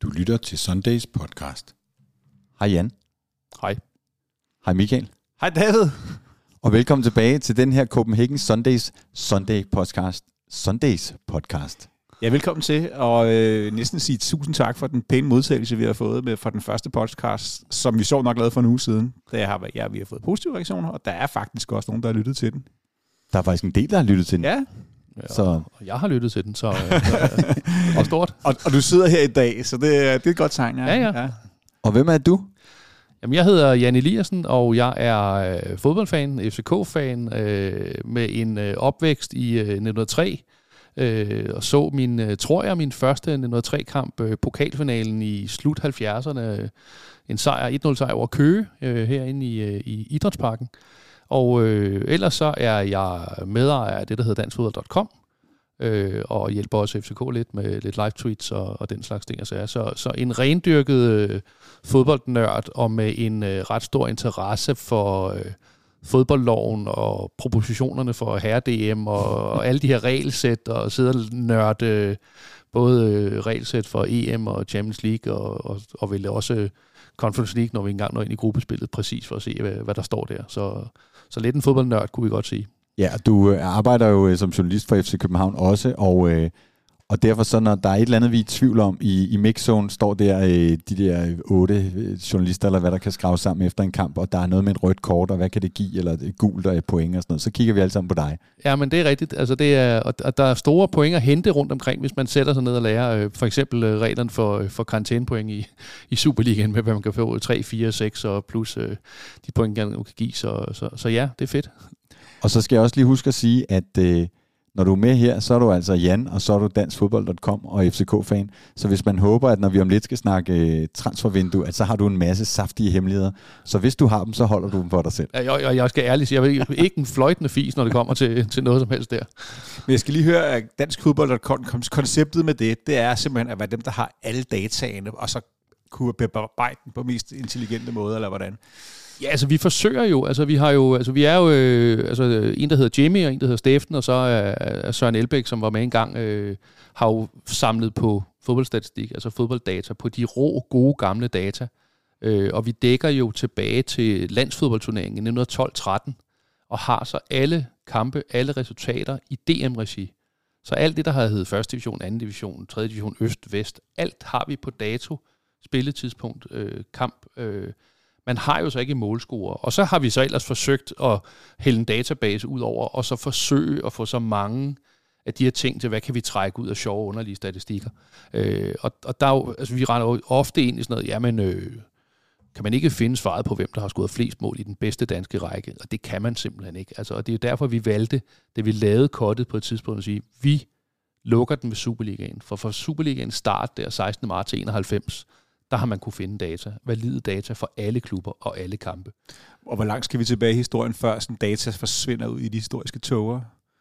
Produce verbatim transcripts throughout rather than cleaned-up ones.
Du lytter til Sundays podcast. Hej Jan. Hej. Hej Michael. Hej David. Og velkommen tilbage til den her Copenhagen Sundays Sunday podcast. Sundays podcast. Ja, velkommen til, og øh, næsten sige tusind tak for den pæne modtagelse, vi har fået med fra den første podcast, som vi så nok lavede for en uge siden. Der har, ja, vi har fået positive reaktioner, og der er faktisk også nogen, der har lyttet til den. Der er faktisk en del, der har lyttet til den. Ja. Ja, så. Og jeg har lyttet til den, så øh, og stort. Og, og du sidder her i dag, så det, er, det er et godt tegn. Ja. Ja, ja. ja. Og hvem er du? Jamen, jeg hedder Jan Eliassen, og jeg er øh, fodboldfan, F C K-fan, øh, med en øh, opvækst i øh, nitten hundrede og tre, øh, og så min, øh, tror jeg, min første nitten hundrede og tre-kamp, øh, pokalfinalen i slut halvfjerdserne, øh, en sejr, et nul sejr over Køge, øh, herinde i, øh, i Idrætsparken. Og øh, ellers så er jeg medejer af det, der hedder dansk fodbold punktum com, øh, og hjælper også F C K lidt med lidt live tweets og, og den slags ting. Så, så, så en rendyrket øh, fodboldnørd, og med en øh, ret stor interesse for øh, fodboldloven og propositionerne for herre-D M og, og alle de her regelsæt, og sidde og nørde øh, både øh, regelsæt for E M og Champions League, og, og, og vel også øh, Conference League, når vi engang når ind i gruppespillet, præcis for at se, hvad, hvad der står der. Så, så lidt en fodboldnørd, kunne vi godt sige. Ja, du arbejder jo som journalist for F C København også, og, øh, og derfor så, når der er et eller andet, vi er i tvivl om, i, i mixzone står der øh, de der otte journalister, eller hvad der kan skrave sammen efter en kamp, og der er noget med et rødt kort, og hvad kan det give, eller et gult og et point og sådan noget, så kigger vi alle sammen på dig. Ja, men det er rigtigt. Altså, det er, og der er store point at hente rundt omkring, hvis man sætter sig ned og lærer øh, for eksempel øh, reglerne for, for karantænepoint i, i Superligaen, med hvad man kan få tre, fire, seks og plus øh, de point, man kan give. Så, så, så ja, det er fedt. Og så skal jeg også lige huske at sige, at øh, når du er med her, så er du altså Jan, og så er du dansk fodbold punktum com og F C K-fan. Så hvis man håber, at når vi om lidt skal snakke øh, transfervindue, at så har du en masse saftige hemmeligheder. Så hvis du har dem, så holder du dem for dig selv. Ja, jeg, jeg, jeg skal ærligt sige, jeg er ikke en fløjtende fis, når det kommer til, til noget som helst der. Men jeg skal lige høre, at dansk fodbold punktum com, konceptet med det, det er simpelthen at være dem, der har alle dataene, og så kunne bearbejde den på mest intelligente måde, eller hvordan? Ja, altså vi forsøger jo, altså vi har jo, altså vi er jo øh, altså en, der hedder Jimmy, og en, der hedder Steffen, og så er, er Søren Elbæk, som var med engang, øh, har jo samlet på fodboldstatistik, altså fodbolddata, på de rå, gode, gamle data. Øh, og vi dækker jo tilbage til landsfodboldturneringen i nitten tolv tretten, og har så alle kampe, alle resultater i D M-regi. Så alt det, der har heddet første division, anden division, tredje division, øst, vest, alt har vi på dato, spilletidspunkt, øh, kamp, øh, man har jo så ikke målscorer, og så har vi så ellers forsøgt at hælde en database ud over, og så forsøge at få så mange af de her ting til, hvad kan vi trække ud af sjove, underlige statistikker. Øh, og, og der er jo, altså, vi render jo ofte ind i sådan noget, jamen, øh, kan man ikke finde svaret på, hvem der har scoret flest mål i den bedste danske række, og det kan man simpelthen ikke. Altså, og det er derfor, vi valgte, da vi lavede kottet på et tidspunkt, at sige, vi lukker den ved Superligaen, for for Superligaen start der sekstende marts enoghalvfems, der har man kunne finde data, valide data for alle klubber og alle kampe. Og hvor langt skal vi tilbage i historien, før sådan data forsvinder ud i de historiske tåger?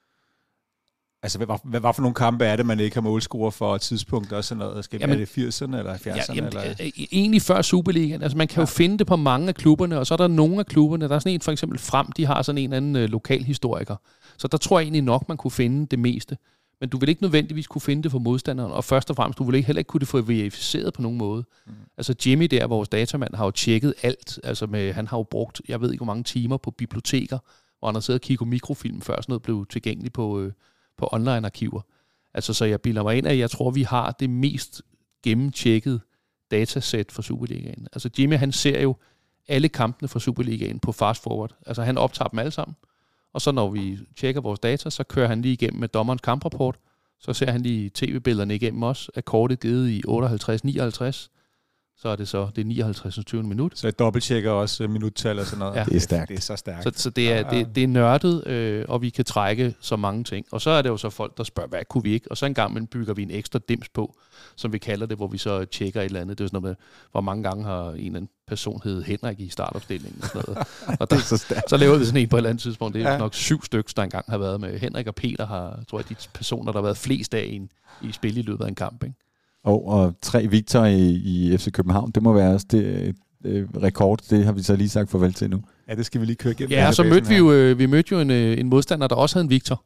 Altså, hvad, hvad, hvad for nogle kampe er det, man ikke har målscorer for tidspunkt og sådan noget? Skal jamen, er det firserne eller halvfjerdserne? Ja, jamen, eller? Egentlig før Superligaen. Altså, man kan ja. jo finde det på mange af klubberne, og så er der nogle af klubberne, der er sådan en for eksempel Frem, de har sådan en eller anden øh, lokal historiker. Så der tror jeg egentlig nok, man kunne finde det meste. Men du vil ikke nødvendigvis kunne finde det for modstanderen, og først og fremmest, du vil ikke heller ikke kunne det få verificeret på nogen måde. Mm. Altså Jimmy der, vores datamand, har jo tjekket alt. Altså med, han har jo brugt, jeg ved ikke hvor mange timer på biblioteker, hvor han har siddet og kigget mikrofilm, før sådan noget blev tilgængeligt på, øh, på online-arkiver. Altså så jeg bilder mig ind, at jeg tror, vi har det mest gennemtjekket datasæt for Superligaen. Altså Jimmy, han ser jo alle kampene fra Superligaen på fast forward. Altså han optager dem alle sammen. Og så når vi tjekker vores data, så kører han lige igennem med dommerens kamprapport. Så ser han lige tv-billederne igennem os. Er kortet givet i otteoghalvtreds nioghalvtreds. Så er det så det nioghalvtreds tyvende minut. Så jeg dobbelttjekker også minuttal og sådan noget. Ja. Det er stærkt. Det er så stærkt. Så, så det, er, det, det er nørdet, øh, og vi kan trække så mange ting. Og så er det jo så folk, der spørger, hvad kunne vi ikke? Og så en gang men bygger vi en ekstra dims på, som vi kalder det, hvor vi så tjekker et eller andet. Det er sådan noget med, hvor mange gange har en eller anden person heddet Henrik i startopstillingen og sådan noget. Og der, så, så laver vi sådan en på et eller andet tidspunkt. Det er ja. nok syv stykker, der engang har været med. Henrik og Peter har, tror jeg, de personer, der har været flest af i, en, i spil i løbet af en kamp, ikke? Og, og tre Victor i, i F C København, det må være også det, det rekord. Det har vi så lige sagt farvel til nu. Ja, det skal vi lige køre igennem. Ja, så mødte vi jo, vi mødte jo en, en modstander, der også havde en Victor.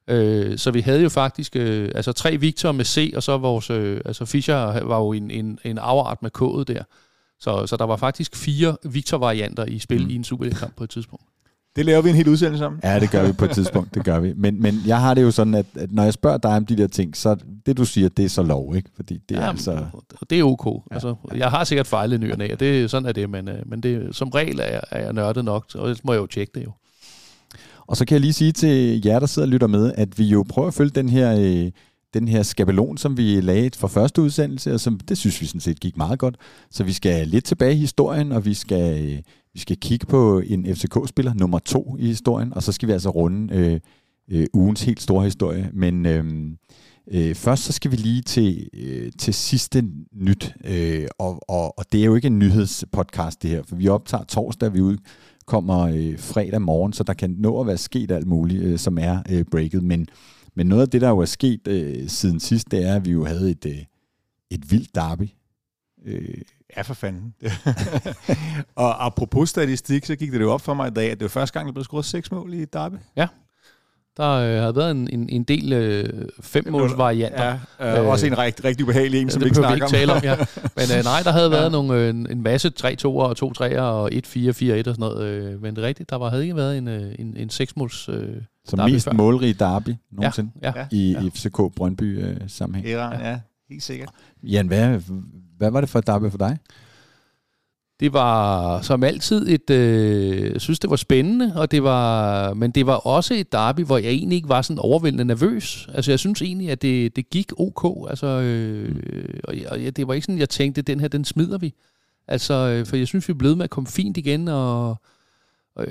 Øh, så vi havde jo faktisk øh, altså tre Victor med C, og så vores, øh, altså Fischer var jo en, en, en afart med K'et der. Så, så der var faktisk fire Victor-varianter i spil mm. i en Superliga-kamp på et tidspunkt. Det laver vi en hel udsendelse om. Ja, det gør vi på et tidspunkt, det gør vi. Men, men jeg har det jo sådan, at, at når jeg spørger dig om de der ting, så det du siger, det er så lov, ikke? Fordi det er ja, altså... Det er ok. Ja. Altså, jeg har sikkert fejlet ny og næ, og det, sådan er det, men, men det, som regel er jeg, er jeg nørdet nok, og så må jeg jo tjekke det jo. Og så kan jeg lige sige til jer, der sidder og lytter med, at vi jo prøver at følge den her, øh, den her skabelon, som vi lagde for første udsendelse, og som, det synes vi sådan set gik meget godt. Så vi skal lidt tilbage i historien, og vi skal, øh, vi skal kigge på en F C K-spiller, nummer to i historien, og så skal vi altså runde øh, øh, ugens helt store historie. Men øh, øh, først så skal vi lige til, øh, til sidste nyt, øh, og, og, og det er jo ikke en nyhedspodcast det her, for vi optager torsdag, vi ud kommer øh, fredag morgen, så der kan nå at være sket alt muligt, øh, som er øh, breaket. Men, men noget af det, der jo er sket øh, siden sidst, det er, at vi jo havde et, øh, et vildt derby. Øh, ja, for fanden. Og apropos statistik, så gik det jo op for mig i dag, at det var første gang, der blev scoret seks mål i et derby. Ja. Der øh, har været en, en, en del øh, femmålsvarianter. Ja, øh, også en rigtig, rigtig ubehagelig en, ja, som vi ikke snakker vi ikke om. tale om. Ja. Men øh, nej, der havde været ja. nogle, øh, en masse tre toer og to treer og et fire fire et og sådan noget. Øh, men det er rigtigt, der var, havde ikke været en, en, en seksmåls øh, som mest før. Målrige derby nogensinde ja, ja, i ja. F C K Brøndby øh, sammenhæng. Iran, ja. ja, helt sikkert. Jan, hvad, hvad var det for et derby for dig? Det var som altid et, øh, jeg synes det var spændende, og det var, men det var også et derby, hvor jeg egentlig ikke var sådan overvældende nervøs. Altså jeg synes egentlig, at det, det gik ok, altså, øh, og, og det var ikke sådan, jeg tænkte, den her, den smider vi. Altså, øh, for jeg synes, vi er blevet med at komme fint igen, og øh,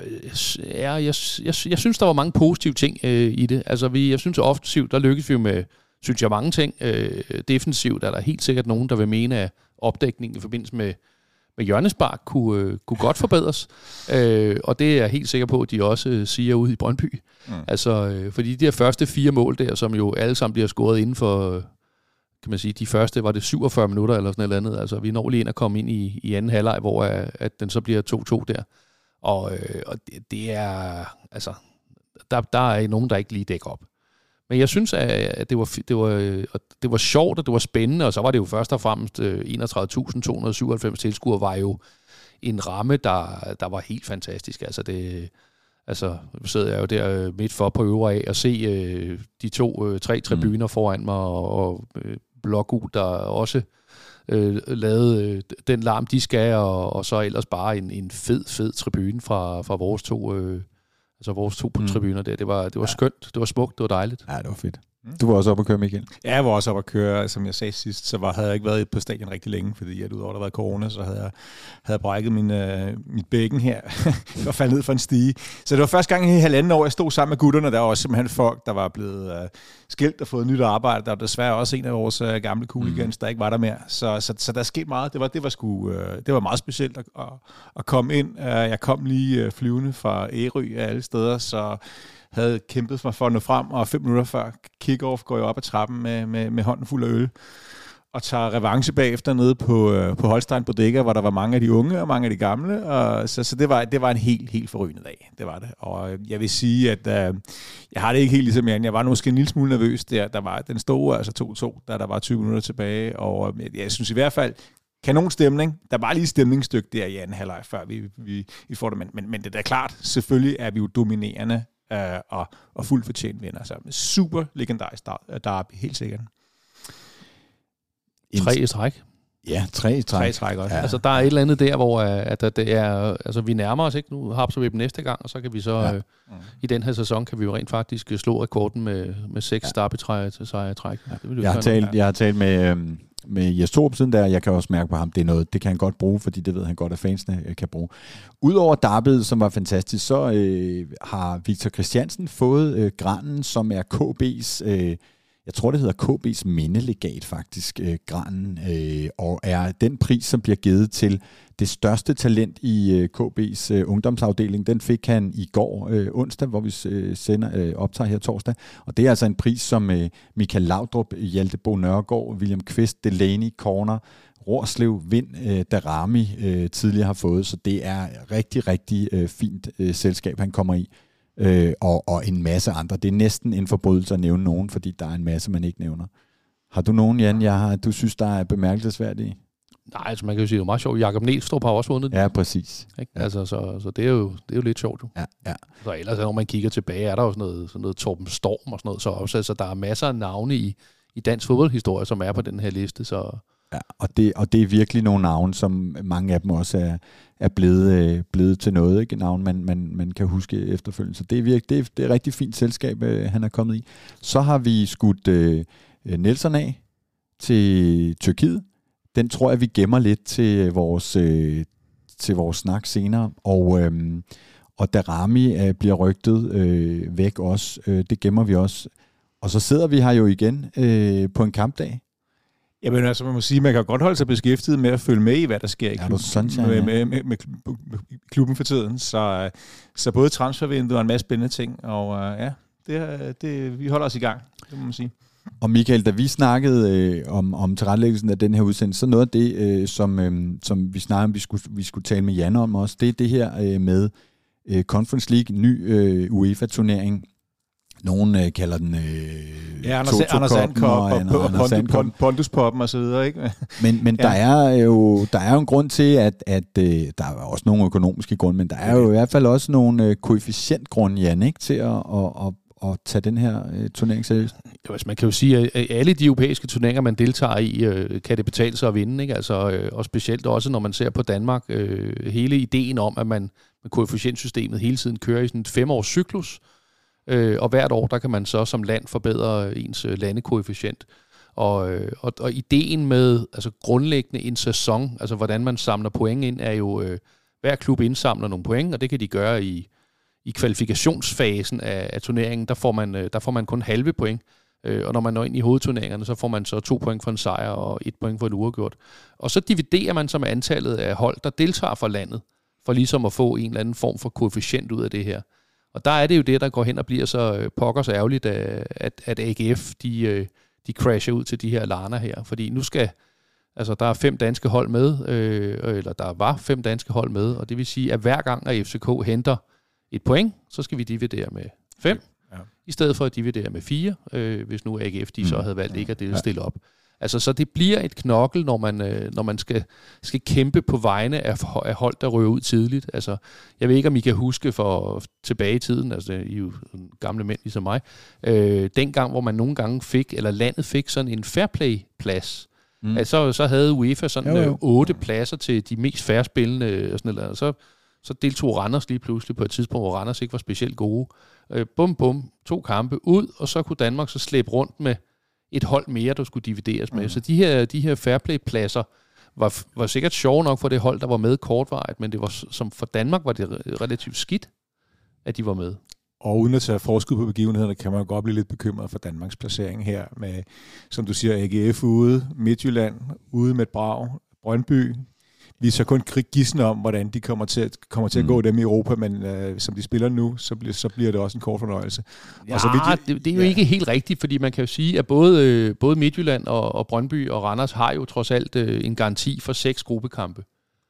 ja, jeg, jeg, jeg synes, der var mange positive ting øh, i det. Altså vi, jeg synes offensivt, der lykkedes vi jo med, synes jeg, mange ting. Øh, defensivt er der helt sikkert nogen, der vil mene, at opdækningen i forbindelse med med hjørnespark kunne, øh, kunne godt forbedres, øh, og det er jeg helt sikker på, at de også øh, siger ude i Brøndby. Mm. Altså, øh, fordi de der første fire mål der, som jo alle sammen bliver scoret inden for, kan man sige, de første var det syvogfyrre minutter eller sådan et eller andet. Altså, vi når lige ind at komme ind i, i anden halvleg, hvor øh, at den så bliver to to der. Og, øh, og det, det er, altså, der, der er nogen, der ikke lige dækker op. Men jeg synes, at det var, det, var, det var sjovt, og det var spændende, og så var det jo først og fremmest enogtredive tusind to hundrede syvoghalvfems tilskuere, var jo en ramme, der, der var helt fantastisk. Altså, det, altså, nu sidder jeg jo der midt for på øvre af og se de to, tre tribuner mm. foran mig, og, og Blågul, der også øh, lavede den larm, de skal, og, og så ellers bare en, en fed, fed tribune fra, fra vores to øh, Altså vores to på mm. tribuner der. Det var, det var ja. skønt, det var smukt, det var dejligt. Ja, det var fedt. Du var også oppe at køre, Michael? Ja, jeg var også oppe at køre. Som jeg sagde sidst, så var, havde jeg ikke været på stadion rigtig længe, fordi at udover der var corona, så havde jeg havde brækket min, øh, mit bækken her og faldet ned fra en stige. Så det var første gang i halvanden år, jeg stod sammen med gutterne. Der var også simpelthen folk, der var blevet øh, skilt og fået nyt arbejde. Der var desværre også en af vores øh, gamle hooligans, mm. der ikke var der mere. Så, så, så der skete meget. Det var, det var, sgu, øh, det var meget specielt at, at, at komme ind. Jeg kom lige øh, flyvende fra Ærø af alle steder, så havde kæmpet mig for at nå frem, og fem minutter før kick-off går jeg op ad trappen med, med, med hånden fuld af øl, og tager revanche bagefter nede på, øh, på Holstein Bodega, hvor der var mange af de unge og mange af de gamle, og så, så det, var, det var en helt, helt forrygende dag, det var det. Og jeg vil sige, at øh, jeg har det ikke helt ligesom Jan, jeg var måske en lille smule nervøs der, der var den store, altså to to, da der var tyve minutter tilbage, og jeg, jeg synes i hvert fald, kanon stemning. Der var lige et stemningsstykke der i anden halvleg, før vi, vi, vi får det, men, men, men det er da klart, selvfølgelig er vi jo dominerende, Uh, og, og fuldt fortjent vinder. Så super legendarisk derby, helt sikkert. Tre i træk. Ja, tre i træk. Tre i træk også. Ja. Altså, der er et eller andet der, hvor at, at det er, altså, vi nærmer os ikke. Nu har vi dem næste gang, og så kan vi så, ja. øh, mm. i den her sæson, kan vi jo rent faktisk slå rekorden med, med seks ja. derby-sejre i træk. Ja. Jeg, har talt, jeg har talt med... Øhm med Jes Torup siden der, jeg kan også mærke på ham, det er noget, det kan han godt bruge, fordi det ved han godt, at fansene kan bruge. Udover derbyet, som var fantastisk, så øh, har Victor Christiansen fået øh, granen, som er K B's, øh, jeg tror det hedder K B's mindelegat faktisk, øh, granen, øh, og er den pris, som bliver givet til det største talent i øh, K B's øh, ungdomsafdeling. Den fik han i går øh, onsdag, hvor vi øh, sender øh, optager her torsdag. Og det er altså en pris, som øh, Michael Laudrup, Hjalte Bo Nørgaard, William Kvist, Delaney, Corner, Rorslev, Vind, øh, Darami øh, tidligere har fået. Så det er rigtig, rigtig øh, fint øh, selskab, han kommer i. øh, og, og en masse andre. Det er næsten en forbrydelse at nævne nogen, fordi der er en masse, man ikke nævner. Har du nogen, Jan, jeg har, du synes, der er bemærkelsesværdige? Nej, altså man kan jo sige, det er meget sjovt. Jakob Næstrup har også vundet. Ja, præcis. Ikke? Ja. Altså, så, så det, er jo, det er jo lidt sjovt. Jo. Ja, ja. Så ellers, når man kigger tilbage, er der jo sådan noget, sådan noget Torben Storm og sådan noget. Så også, altså, der er masser af navne i, i dansk fodboldhistorie, som er på den her liste. Så. Ja, og det, og det er virkelig nogle navne, som mange af dem også er, er blevet, øh, blevet til noget. Ikke? Navne, man, man, man kan huske efterfølgende. Så det er, virkelig, det er, det er et rigtig fint selskab, øh, han er kommet i. Så har vi skudt øh, Nelson af til Tyrkiet. Den tror jeg, vi gemmer lidt til vores, øh, til vores snak senere. Og, øh, og Daramy øh, bliver rygtet øh, væk også. Øh, det gemmer vi også. Og så sidder vi her jo igen øh, på en kampdag. Jamen altså, man må sige, man kan godt holde sig beskæftiget med at følge med i, hvad der sker i klubben, sunshine, med, ja. med, med, med, med klubben for tiden. Så, så både transfervinduet og en masse spændende ting. Og uh, ja, det, det, vi holder os i gang, det må man sige. Og Michael, da vi snakkede øh, om, om tilrettelæggelsen af den her udsendelse, så noget af det, øh, som, øh, som vi snakkede om, vi skulle, vi skulle tale med Jan om også, det er det her øh, med øh, Conference League, ny øh, UEFA-turnering. Nogen øh, kalder den øh, ja, Anders, Anders Sandkop og, og, og, og Ponduspoppen og så videre, ikke? Men, men ja. der, er jo, der er jo en grund til, at, at øh, der er også nogle økonomiske grunde, men der er jo i hvert fald også nogle øh, koefficientgrunde, Jan, ikke, til at, at, at, at tage den her øh, turnering seriøst. Jo, altså man kan jo sige, at alle de europæiske turneringer, man deltager i, øh, kan det betale sig at vinde, ikke? Altså, øh, og specielt også, når man ser på Danmark, øh, hele ideen om, at man med koefficientsystemet hele tiden kører i sådan et femårs cyklus, øh, og hvert år, der kan man så som land forbedre ens øh, landekoefficient. Og, øh, og, og ideen med, altså grundlæggende en sæson, altså hvordan man samler point ind, er jo, øh, hver klub indsamler nogle point, og det kan de gøre i I kvalifikationsfasen af, af turneringen, der får, man, der får man kun halve point. Øh, og når man når ind i hovedturneringerne, så får man så to point for en sejr og et point for en uafgjort. Og så dividerer man så med antallet af hold, der deltager for landet, for ligesom at få en eller anden form for koefficient ud af det her. Og der er det jo det, der går hen og bliver så pokkers ærgerligt, at, at A G F, de, de crasher ud til de her laner her. Fordi nu skal, altså der er fem danske hold med, øh, eller der var fem danske hold med, og det vil sige, at hver gang, at F C K henter et point, så skal vi dividere med fem, ja. I stedet for at dividere med fire, øh, hvis nu A G F de så havde valgt ikke at stille op. Altså, så det bliver et knokkel, når man, øh, når man skal, skal kæmpe på vegne af, af hold, der rører ud tidligt. Altså, jeg ved ikke, om I kan huske for tilbage i tiden, altså I er jo gamle mænd ligesom mig, øh, dengang, hvor man nogle gange fik, eller landet fik sådan en fairplay-plads. Mm. Altså, så havde UEFA sådan jo, jo. Øh, otte pladser til de mest fairspillende, og sådan noget, så Så deltog Randers lige pludselig på et tidspunkt, hvor Randers ikke var specielt gode. Øh, bum, bum, to kampe ud, og så kunne Danmark så slæbe rundt med et hold mere, der skulle divideres med. Mm. Så de her, de her fairplay-pladser var, var sikkert sjove nok for det hold, der var med kortvarigt, men det var, som for Danmark var det relativt skidt, at de var med. Og uden at tage forskud på begivenhederne, kan man godt blive lidt bekymret for Danmarks placering her med, som du siger, A G F ude, Midtjylland ude med et brag, Brøndby. Vi er så kun gidsende om, hvordan de kommer til at, kommer til at mm. gå dem i Europa, men øh, som de spiller nu, så bliver, så bliver det også en kort fornøjelse. Ja, og så de, det, det er jo ja. ikke helt rigtigt, fordi man kan jo sige, at både, øh, både Midtjylland og, og Brøndby og Randers har jo trods alt øh, en garanti for seks gruppekampe.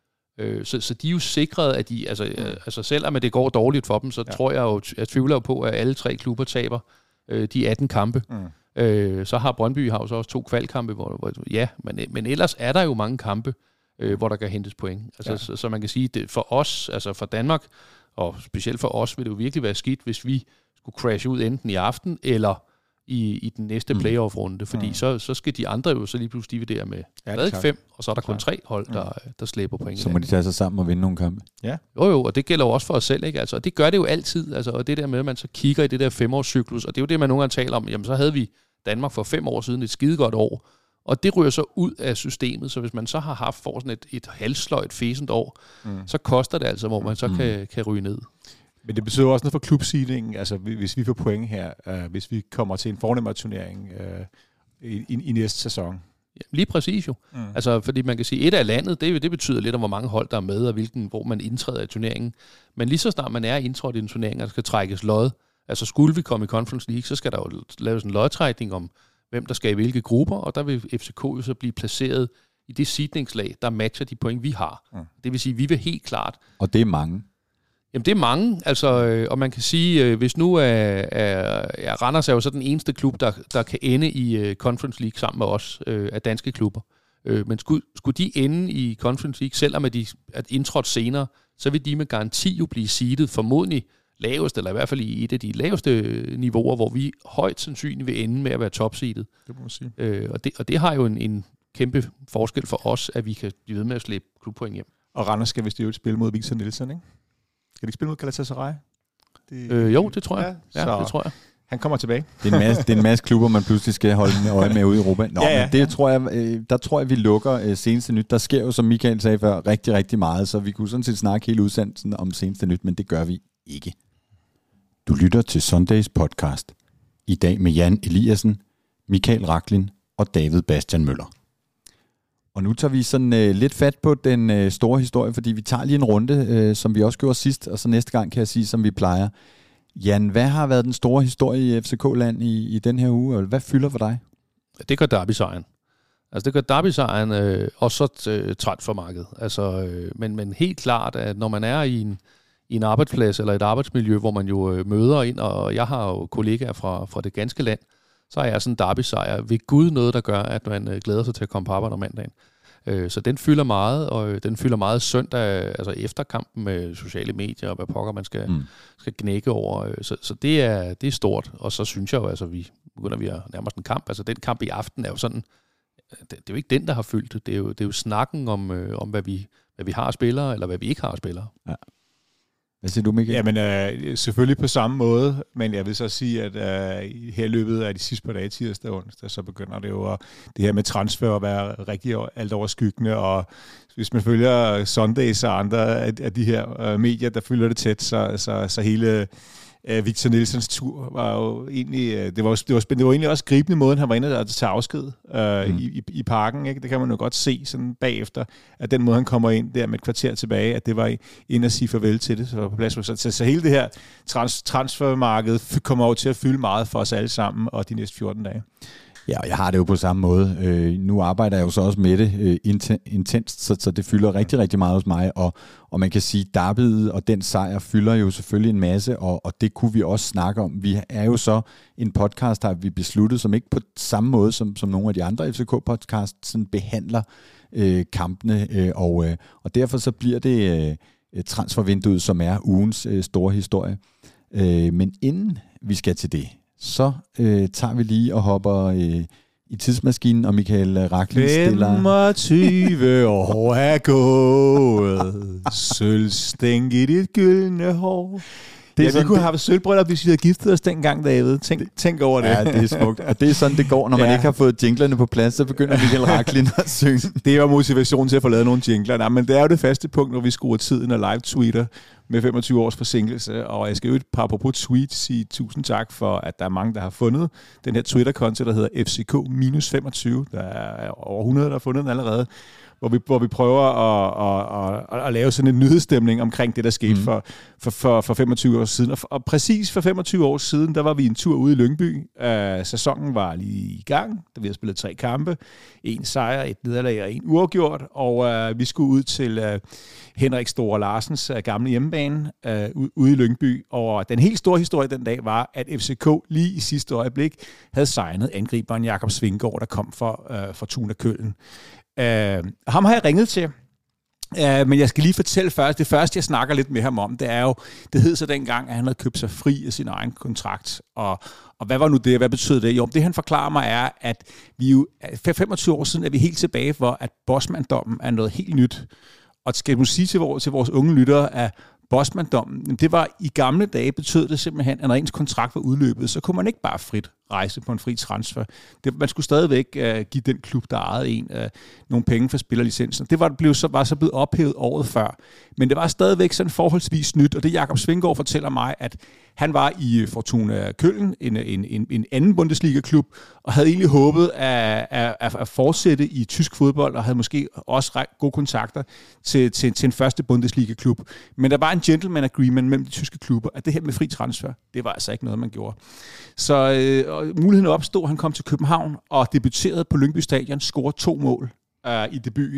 Øh, så, så de er jo sikret, at de, altså, øh, altså selvom det går dårligt for dem, så ja. tror jeg jo, jeg tvivler jo på, at alle tre klubber taber øh, de atten kampe. Mm. Øh, så har Brøndby har jo så også to kvalkampe, hvor, hvor ja, men, men ellers er der jo mange kampe, Øh, hvor der kan hentes point. Altså, ja. så, så man kan sige, det for os, altså for Danmark, og specielt for os, vil det jo virkelig være skidt, hvis vi skulle crashe ud enten i aften, eller i, i den næste mm. playoff-runde, fordi mm. så, så skal de andre jo så lige pludselig dividere med ja, fem, og så er der kun tre hold, der, der slæber point. Så må de tage sig sammen og vinde nogle kampe. Ja. Jo jo, og det gælder jo også for os selv, ikke? Altså, og det gør det jo altid, altså, og det der med, at man så kigger i det der femårscyklus, og det er jo det, man nogle gange taler om, jamen så havde vi Danmark for fem år siden et skidegodt år, og det ryger så ud af systemet, så hvis man så har haft for sådan et, et halvsløjt, fæsent år, mm. så koster det altså, hvor man så mm. kan, kan ryge ned. Men det betyder også noget for klubseedingen, altså hvis vi får point her, øh, hvis vi kommer til en fornemmere turnering øh, i, i, i næste sæson. Ja, lige præcis jo. Mm. Altså, fordi man kan sige, et af landet, det, det betyder lidt om, hvor mange hold der er med, og hvilken, hvor man indtræder i turneringen. Men lige så snart man er indtrådt i en turnering, og der skal trækkes lod, altså skulle vi komme i Conference League, så skal der jo laves en lodtrækning om, hvem der skal i hvilke grupper, og der vil F C K jo så blive placeret i det seedningslag, der matcher de point, vi har. Mm. Det vil sige, vi vil helt klart... Og det er mange. Jamen, det er mange, altså, øh, og man kan sige, øh, hvis nu er, er, er Randers er jo så den eneste klub, der, der kan ende i øh, Conference League sammen med os øh, af danske klubber. Øh, men skulle, skulle de ende i Conference League, selvom at de er indtrådt senere, så vil de med garanti jo blive seedet formodentlig lavest, eller i hvert fald i et af de laveste niveauer, hvor vi højt sandsynligt vil ende med at være topseedet. Det må man sige. Øh, og, det, og det har jo en, en kæmpe forskel for os, at vi kan blive ved med at slæbe klubpoint hjem. Og Randers skal vist jo spille mod Victor Nielsen, ikke? Skal de ikke spille mod Galatasaray? Det, øh, jo, det tror jeg. Ja, ja det tror jeg. Han kommer tilbage. Det er en masse, det er en masse klubber, man pludselig skal holde med øje med ude i Europa. Nå, ja, ja. Men det tror jeg, der tror jeg, vi lukker seneste nyt. Der sker jo, som Michael sagde før, rigtig, rigtig meget, så vi kunne sådan set snakke hele udsendelsen om seneste nyt, men det gør vi ikke. Du lytter til Sundays podcast. I dag med Jan Eliassen, Michael Raklin og David Bastian Møller. Og nu tager vi sådan øh, lidt fat på den øh, store historie, fordi vi tager lige en runde, øh, som vi også gjorde sidst, og så næste gang kan jeg sige, som vi plejer. Jan, hvad har været den store historie i F C K-land i, i den her uge, og hvad fylder for dig? Det gør Derby-sejren. Altså det gør Derby-sejren, øh, og så øh, transfermarkedet. Altså, øh, men, men helt klart, at når man er i en, i en arbejdsplads eller et arbejdsmiljø, hvor man jo øh, møder ind, og jeg har jo kollegaer fra, fra det ganske land, så er jeg sådan en Derby-sejr ved Gud noget, der gør, at man øh, glæder sig til at komme på arbejde om mandagen. Øh, så den fylder meget, og øh, den fylder meget søndag, altså efter kampen med sociale medier, og hvad pokker man skal, mm. skal knække over. Øh, så så det, er, det er stort, og så synes jeg jo, altså vi begynder vi at nærmest en kamp. Altså den kamp i aften er jo sådan, det, det er jo ikke den, der har fyldt det. Det er jo, det er jo snakken om, øh, om hvad, vi, hvad vi har af spillere, eller hvad vi ikke har af spillere. Ja. Hvad siger du, Michael? Jamen øh, selvfølgelig på samme måde, men jeg vil så sige, at øh, her i løbet af de sidste par dage, tirsdag og onsdag, så begynder det jo at, det her med transfer at være rigtig alt overskyggende, og hvis man følger Sundays og andre af, af de her øh, medier, der følger det tæt, så, så, så hele øh, Victor Nielsens tur var jo egentlig, øh, det, var, det, var, det var egentlig også gribende måden, han var inde og tage afsked øh, mm. i, i parken, ikke? Det kan man jo godt se sådan bagefter, at den måde, han kommer ind der med et kvarter tilbage, at det var ind at sige farvel til det, så var på plads. Så, så, så hele det her trans, transfermarked kommer over til at fylde meget for os alle sammen, og de næste fjorten dage. Ja, jeg har det jo på samme måde. Øh, nu arbejder jeg jo så også med det øh, intenst, så, så det fylder rigtig, rigtig meget hos mig. Og, og man kan sige, at derbyet og den sejr fylder jo selvfølgelig en masse, og, og det kunne vi også snakke om. Vi er jo så en podcast, der vi besluttet, som ikke på samme måde som, som nogle af de andre F C K-podcasts sådan behandler øh, kampene, øh, og, øh, og derfor så bliver det øh, transfervinduet, som er ugens øh, store historie. Øh, men inden vi skal til det, så øh, tager vi lige og hopper øh, i tidsmaskinen, og Michael Raklin stiller... femogtyve år er gået, sølvstændigt et gyldne hår. Det ja, vi kunne det... have sølvbryllup, hvis vi havde giftet os dengang, David. Tænk, tænk over det. Ja, det er smukt. Og det er sådan, det går, når man ja. ikke har fået jinglerne på plads, så begynder Michael Raklin at synge. Det var motivation til at få lavet nogle jingler. Nej, men det er jo det faste punkt, når vi skruer tiden og live-tweeter med femogtyve års forsinkelse. Og jeg skal jo et par apropos tweets sige tusind tak for, at der er mange, der har fundet den her Twitter-konto, der hedder F C K femogtyve. Der er over hundrede, der har fundet den allerede. Hvor vi, hvor vi prøver at, at, at, at lave sådan en nyhedsstemning omkring det, der skete mm. for, for, for, for femogtyve år siden. Og, og præcis for femogtyve år siden, der var vi en tur ude i Lyngby. Uh, sæsonen var lige i gang, da vi havde spillet tre kampe. En sejr, et nederlag og en uafgjort. Og uh, vi skulle ud til uh, Henrik Store Larsens uh, gamle hjemmebane uh, ude i Lyngby. Og den helt store historie den dag var, at F C K lige i sidste øjeblik havde signet angriberen Jakob Svinggaard, der kom fra uh, Fortuna Köln. Uh, ham har jeg ringet til, uh, men jeg skal lige fortælle først, det første jeg snakker lidt med ham om, det er jo, det hed så dengang, at han havde købt sig fri af sin egen kontrakt, og, og hvad var nu det, hvad betød det? Jo, det han forklarer mig er, at vi jo, for femogtyve år siden er vi helt tilbage for, at Bosman-dommen er noget helt nyt, og skal du sige til vores, til vores unge lyttere, at Bosman-dommen, det var i gamle dage, betød det simpelthen, at når ens kontrakt var udløbet, så kunne man ikke bare frit rejse på en fri transfer. Det, man skulle stadigvæk uh, give den klub, der ejede en, uh, nogle penge for spillerlicensen. Det var, blev så, var så blevet ophævet året før. Men det var stadigvæk sådan forholdsvis nyt, og det Jakob Svinggaard fortæller mig, at han var i Fortuna Köln, en, en, en, en anden Bundesliga-klub, og havde egentlig håbet at, at, at fortsætte i tysk fodbold, og havde måske også gode kontakter til, til, til en første Bundesliga-klub. Men der var en gentleman agreement mellem de tyske klubber, at det her med fri transfer, det var altså ikke noget, man gjorde. Så øh, muligheden opstod, han kom til København og debuterede på Lyngby Stadion, scorede to mål øh, i debuten.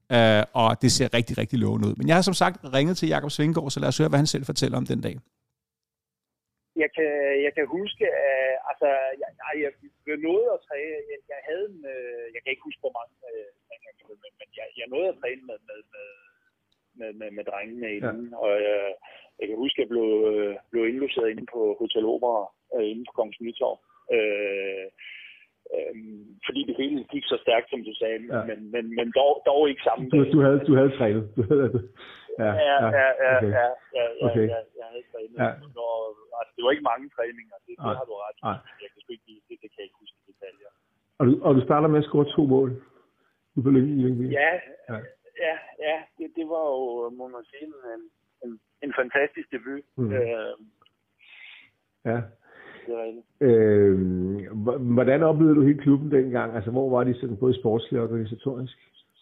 Uh, og det ser rigtig, rigtig lovende ud. Men jeg har som sagt ringet til Jakob Svingegaard, så lad os høre, hvad han selv fortæller om den dag. Jeg kan, jeg kan huske, at altså, jeg, jeg, jeg nåede at træne, jeg, jeg havde en, jeg kan ikke huske, hvor mange træninger, men, men jeg, jeg nåede at træne med, med, med, med, med drengene inden, ja. Og jeg, jeg kan huske, at jeg blev, blev indlogeret inde på Hotel Opera, inde på Kongens Nytorv. Øh, Øhm, fordi det hele gik så stærkt, som du sagde, ja. men, men, men dog, dog ikke sammen. Du, du, havde, du havde trænet. Du havde, ja, ja, ja, ja, okay. ja, ja, ja, okay. ja, jeg havde trænet. Ja. Når, altså, det var ikke mange træninger, det, det har du ret. Jeg kan sgu ikke det, det kan jeg ikke huske i detaljer. Og du, og du starter med at score to mål? Du på Lyngby? Ja, ja, ja, ja det, det var jo, må man sige, en, en, en fantastisk debut. Mm. Øh, ja. Øh, hvordan oplevede du hele klubben dengang? Altså, hvor var de sådan både sportsligt og organisatorisk?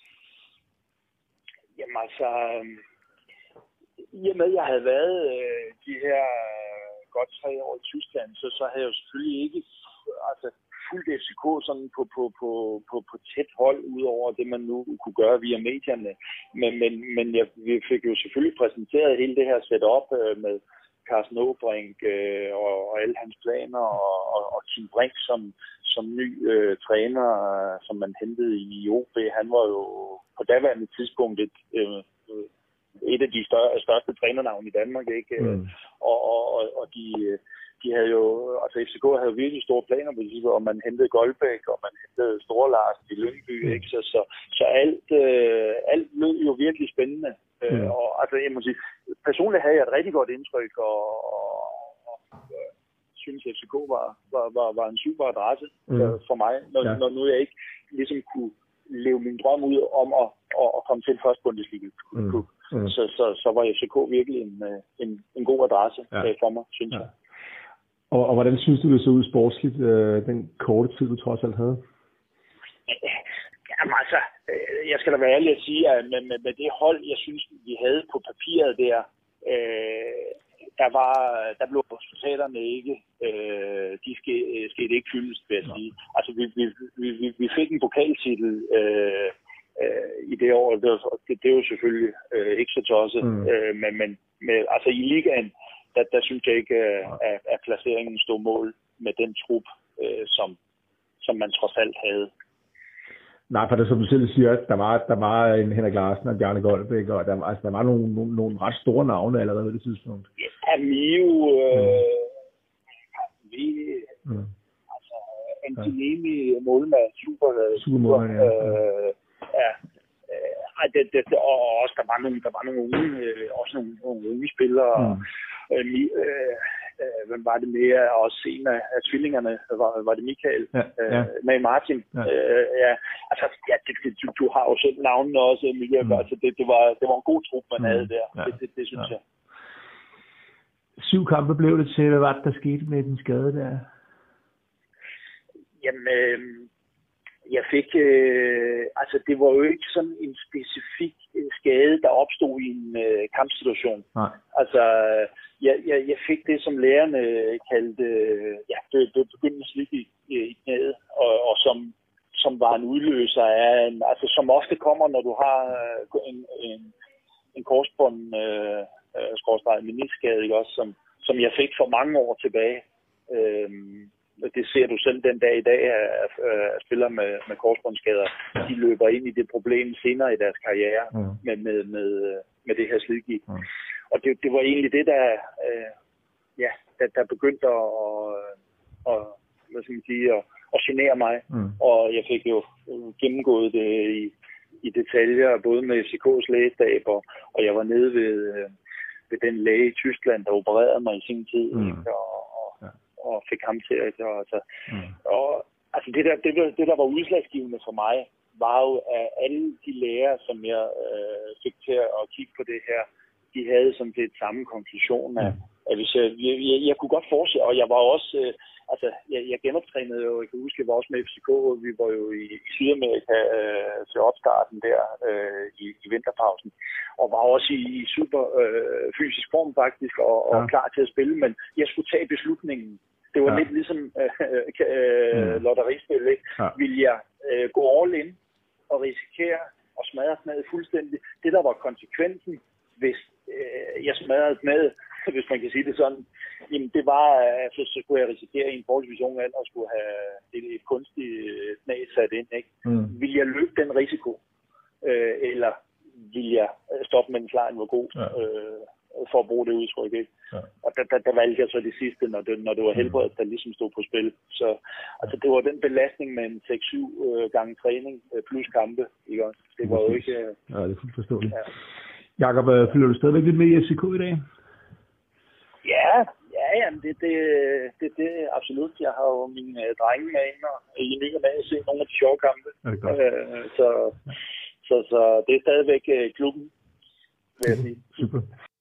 Jamen altså, i og med, at jeg havde været øh, de her øh, godt tre år i Tyskland, så, så havde jeg jo selvfølgelig ikke altså, fuldt F C K sådan på, på, på, på, på tæt hold, udover det, man nu kunne gøre via medierne. Men, men, men jeg, vi fik jo selvfølgelig præsenteret hele det her setup øh, med Carsten Åbrink øh, og, og alle hans planer, og, og, og Kim Brink som, som ny øh, træner, øh, som man hentede i O B. Han var jo på daværende tidspunkt et, øh, et af de større, største trænernavne i Danmark, ikke? Mm. Og, og, og de, de havde jo, altså F C K havde jo virkelig store planer på det, og man hentede Goldbæk, og man hentede Store Lars i Lyngby, mm. ikke? Så, så, så alt, øh, alt lød jo virkelig spændende. Mm. Øh, og altså, jeg må sige, personligt havde jeg et rigtig godt indtryk, og, og, og øh, synes F C K var, var, var, var en super adresse mm. øh, for mig, når, ja. når nu jeg ikke ligesom kunne leve min drøm ud om at, at, at komme til en første Bundesliga-klub. Mm. Mm. Så, så, så var F C K virkelig en, en, en god adresse ja. øh, for mig, synes ja. jeg. Og, og hvordan synes du, det så ud sportsligt, øh, den korte tid, du trods alt havde? Jamen altså, øh, jeg skal da være ærlig at sige, at med, med, med det hold, jeg synes, vi havde på papiret der, øh, der var, der blev resultaterne ikke, øh, de skete, skete ikke fyldest, vil jeg sige. Altså, vi, vi, vi, vi fik en pokaltitel øh, øh, i det år, det, det, det er jo selvfølgelig øh, ikke så tosset, mm. øh, men, men med, altså i ligaen, der, der synes jeg ikke, at, at placeringen stod mål med den trup, øh, som, som man trods alt havde. Nej, for det som du selv siger, der var, der var en Henrik Larsen og Bjarne Goldbæk, og der, altså, der var nogle, nogle, nogle ret store navne allerede ved det tidspunkt. Ja, Mio, øh, vi, mm. altså Antonini, ja. målmand, super, super målmand, ja. Øh, ja. Øh, det, det, og også der var nogle, der var nogle unge, øh, også nogle, nogle unge spillere. Mm. Øh, øh, øh, hvem var det mere? Også en af, af tvillingerne, var, var det Michael? Ja, ja. Øh, med Martin. Ja. Øh, ja. Altså, ja, det, det, du, du har jo selv navnene også, Michael. Mm. Altså, det, det, var, det var en god trup, man mm. havde der. Ja. Det, det, det synes ja. jeg. Syv kampe blev det til. Hvad var det, der skete med den skade der? Jamen, øh, jeg fik... Øh, altså, det var jo ikke sådan en specifik skade, der opstod i en øh, kampsituation. Nej. Altså, jeg, jeg, jeg fik det, som lærerne kaldte... Øh, ja, det, det begyndte at slippe i, i knæet, og, og som, som var en udløser af... En, altså, som ofte kommer, når du har en, en, en korsbånd... Øh, skorstræk meniskskade, ikke også, som, som jeg fik for mange år tilbage. Øhm, det ser du selv den dag i dag, at, at spillere med, med korsbåndsskader, de løber ind i det problem senere i deres karriere mm. med, med, med, med det her slidgigt. Mm. Og det, det var egentlig det, der, øh, ja, der, der begyndte at, at, hvad skal man sige, at, at genere mig. Mm. Og jeg fik jo gennemgået det i, i detaljer, både med F C K's lægestab, og, og jeg var nede ved ved den læge i Tyskland, der opererede mig i sin tid, mm. og, og, ja. og fik ham til at... Og, altså, mm. og, altså det, der, det, der, det, der var udslagsgivende for mig, var jo, at alle de læger, som jeg øh, fik til at kigge på det her, de havde sådan set samme konklusion af, mm. at hvis jeg, jeg, jeg, jeg kunne godt fortsætte, og jeg var også... Øh, altså, jeg, jeg genoptrænede jo, jeg kan huske, jeg var også med F C K, vi var jo i, i Sydamerika øh, til opstarten der øh, i, i vinterpausen, og var også i, i super øh, fysisk form faktisk, og, og ja. klar til at spille, men jeg skulle tage beslutningen. Det var ja. lidt ligesom øh, øh, mm. lotterispil, ikke? Ja. Vil jeg øh, gå all in og risikere at smadre knadet fuldstændig. Det, der var konsekvensen, hvis øh, jeg smadrede knadet, hvis man kan sige det sådan, jamen det var, at så, så kunne jeg risikere i en forholdsvis ung alder at skulle have et, et kunstigt knæ sat ind. Ikke? Mm. Vil jeg løbe den risiko? Øh, eller vil jeg stoppe, mens lejen var god? Ja. Øh, for at bruge det udtryk, ikke? Ja. Og der, der, der valgte jeg så det sidste, når det, når det var helbredet, der ligesom stod på spil. Så altså, det var den belastning med en seks syv øh, gange træning øh, plus kampe, ikke også? Det var jo ikke... Øh, ja, det er fuldt forståeligt. Ja. Jakob, følger du stadigvæk lidt med i F C K i dag? Ja, ja, jamen, det, det, det, det absolut. Jeg har jo mine øh, drenge med ind, og i ny og med at se nogle af de sjove kampe. Øh, så, så, så det er stadigvæk øh, klubben, vil jeg sige. Super.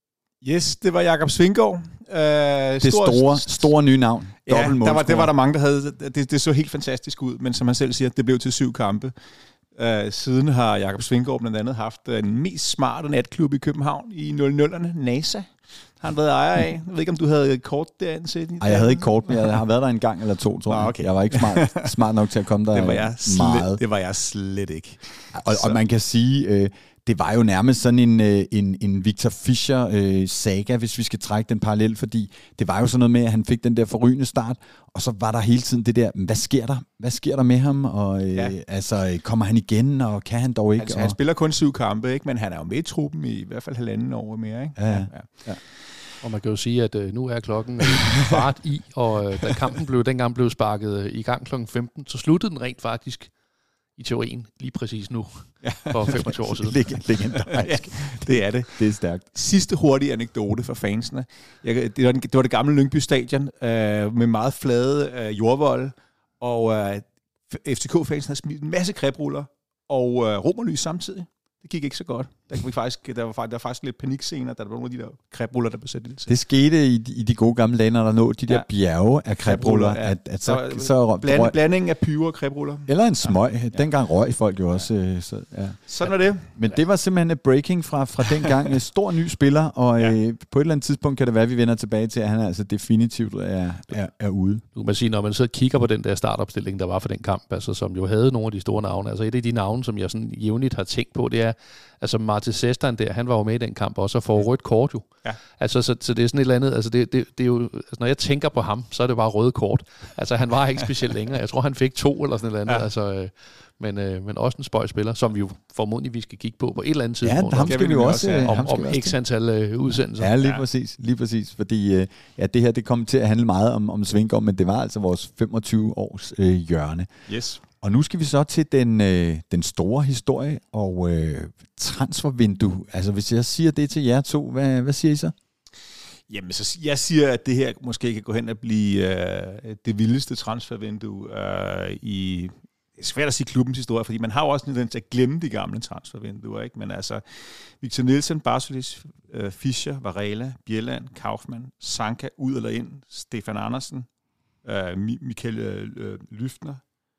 Yes, det var Jakob Svinggaard. Øh, det stor, store, store nye navn. Ja, der var, det var der mange, der havde. Det, det så helt fantastisk ud, men som han selv siger, det blev til syv kampe. Øh, siden har Jakob Svinggaard blandt andet haft den mest smarte natklub i København i nul nullerne, NASA. Har han været ejer af. Jeg ved ikke, om du havde et kort derinde, Sidney? Nej, jeg havde ikke kort, men jeg har været der en gang eller to, tror jeg. Ah, okay. Jeg var ikke smart, smart nok til at komme der det var jeg slet, meget. Det var jeg slet ikke. Og, og man kan sige... Øh, det var jo nærmest sådan en, en, en Victor Fischer-saga, øh, hvis vi skal trække den parallel, fordi det var jo sådan noget med, at han fik den der forrygende start, og så var der hele tiden det der, hvad sker der? Hvad sker der med ham? Og øh, ja. altså, kommer han igen, og kan han dog ikke? Altså, og... han spiller kun syv kampe, ikke? Men han er jo med i truppen i, i hvert fald halvanden år mere, ikke? Ja, ja. ja. Og man kan jo sige, at øh, nu er klokken fart i, og øh, da kampen blev, dengang blev sparket øh, i gang klokken femten, så sluttede den rent faktisk i teorien lige præcis nu, ja. For femogtyve år siden. Legendarisk. Ja, det er det. Det er stærkt. Sidste hurtige anekdote for fansene. Jeg, det, var den, det var det gamle Lyngby Stadion øh, med meget flade øh, jordvolde, og øh, F C K-fansen havde smidt en masse krebruller og øh, romerlys samtidig. Det gik ikke så godt. Der, vi faktisk, der, var, der var faktisk lidt panikscener, da der var nogle af de der krebruller, der blev sat til. Det skete i, i de gode gamle dage, når der nåede de der ja. bjerge af krebruller. Ja. At, at så, så, så bland, røg, blandingen af pyre og krebruller. Eller en smøg. Ja. Dengang røg folk jo ja. også. Så, ja. Sådan er det. Men det var simpelthen et breaking fra, fra dengang. Stor ny spiller, og ja. øh, på et eller andet tidspunkt kan det være, at vi vender tilbage til, at han altså definitivt er, er, er ude. Du kan sige, når man så kigger på den der startopstilling, der var for den kamp, altså, som jo havde nogle af de store navne. Altså et af de navne, som jeg sådan jævnligt har tænkt på, det er, altså Martin Sestan der, han var jo med i den kamp også, og får rødt kort jo. Ja. Altså, så, så det er sådan et eller andet, altså det, det, det er jo, altså når jeg tænker på ham, så er det bare røde kort. Altså han var ikke specielt længere. Jeg tror, han fik to eller sådan et eller andet. Ja. Altså, øh, men, øh, men også en spøjspiller, som vi jo formodentlig vi skal kigge på på et eller andet tidspunkt. Ja, ham skal vi jo også. også om, om x antal øh, udsendelser. Ja, lige ja. præcis. Lige præcis. Fordi øh, ja, det her, det kom til at handle meget om, om Svinggaard, men det var altså vores femogtyve års øh, hjørne. Yes. Og nu skal vi så til den, øh, den store historie og øh, transfervindue. Altså hvis jeg siger det til jer to, hvad, hvad siger I så? Jamen, så jeg siger, at det her måske kan gå hen og blive øh, det vildeste transfervindue øh, i... Det er svært at sige klubbens historie, fordi man har jo også en tendens til at glemme de gamle transfervinduer, ikke? Men altså, Victor Nielsen, Barsolis, øh, Fischer, Varela, Bjelland, Kaufmann, Sanka ud eller ind, Stefan Andersen, øh, Michael øh, Lyftner,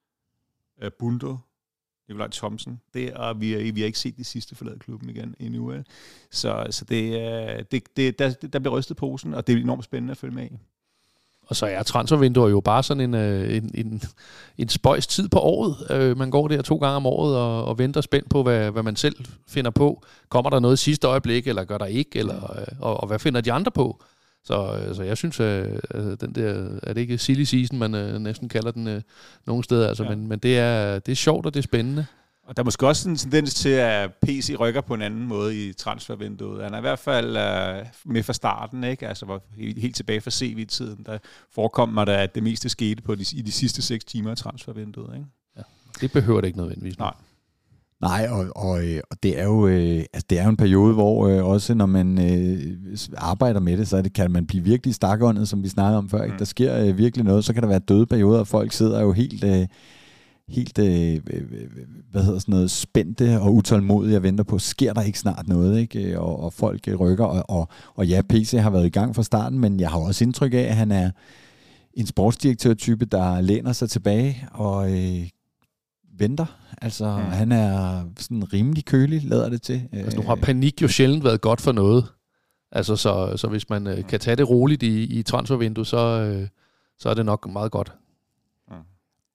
øh, Bundo, Nikolaj Thomsen. Det, og vi har vi ikke set de sidste forlade klubben igen endnu. Øh. Så, så det, det, det, der, der bliver rystet posen, og det er enormt spændende at følge med i. Og så er transfervinduer jo bare sådan en, en, en, en spøjs tid på året. Man går der to gange om året og, og venter spændt på, hvad, hvad man selv finder på. Kommer der noget sidste øjeblik, eller gør der ikke? Eller, og, og hvad finder de andre på? Så, så jeg synes, at den der, er det ikke silly season, man næsten kalder den nogle steder. Altså, ja. men, men det er, det er sjovt, og det er spændende. Og der er måske også en tendens til, at P C rykker på en anden måde i transfervinduet. Han er i hvert fald uh, med fra starten, ikke? Altså var helt, helt tilbage fra C V-tiden. Der forekom mig, at det meste skete på de, i de sidste seks timer af transfervinduet, ikke? Ja. Det behøver det ikke nødvendigvis. Nej. Nej, og, og, og det er jo øh, altså det er jo en periode, hvor øh, også når man øh, arbejder med det, så det, kan man blive virkelig stakåndet, som vi snakkede om før. Ikke? Mm. Der sker øh, virkelig noget, så kan der være døde perioder, og folk sidder jo helt... Øh, helt, øh, hvad hedder sådan noget, spændte og utålmodige og venter på, sker der ikke snart noget, ikke? Og, og folk rykker, og, og, og ja, P C har været i gang fra starten, men jeg har også indtryk af, at han er en sportsdirektør-type, der læner sig tilbage og øh, venter. Altså, mm. han er sådan rimelig kølig, lader det til. Altså, nu har panik jo sjældent været godt for noget. Altså, så, så hvis man øh, kan tage det roligt i, i transfervinduet, så, øh, så er det nok meget godt.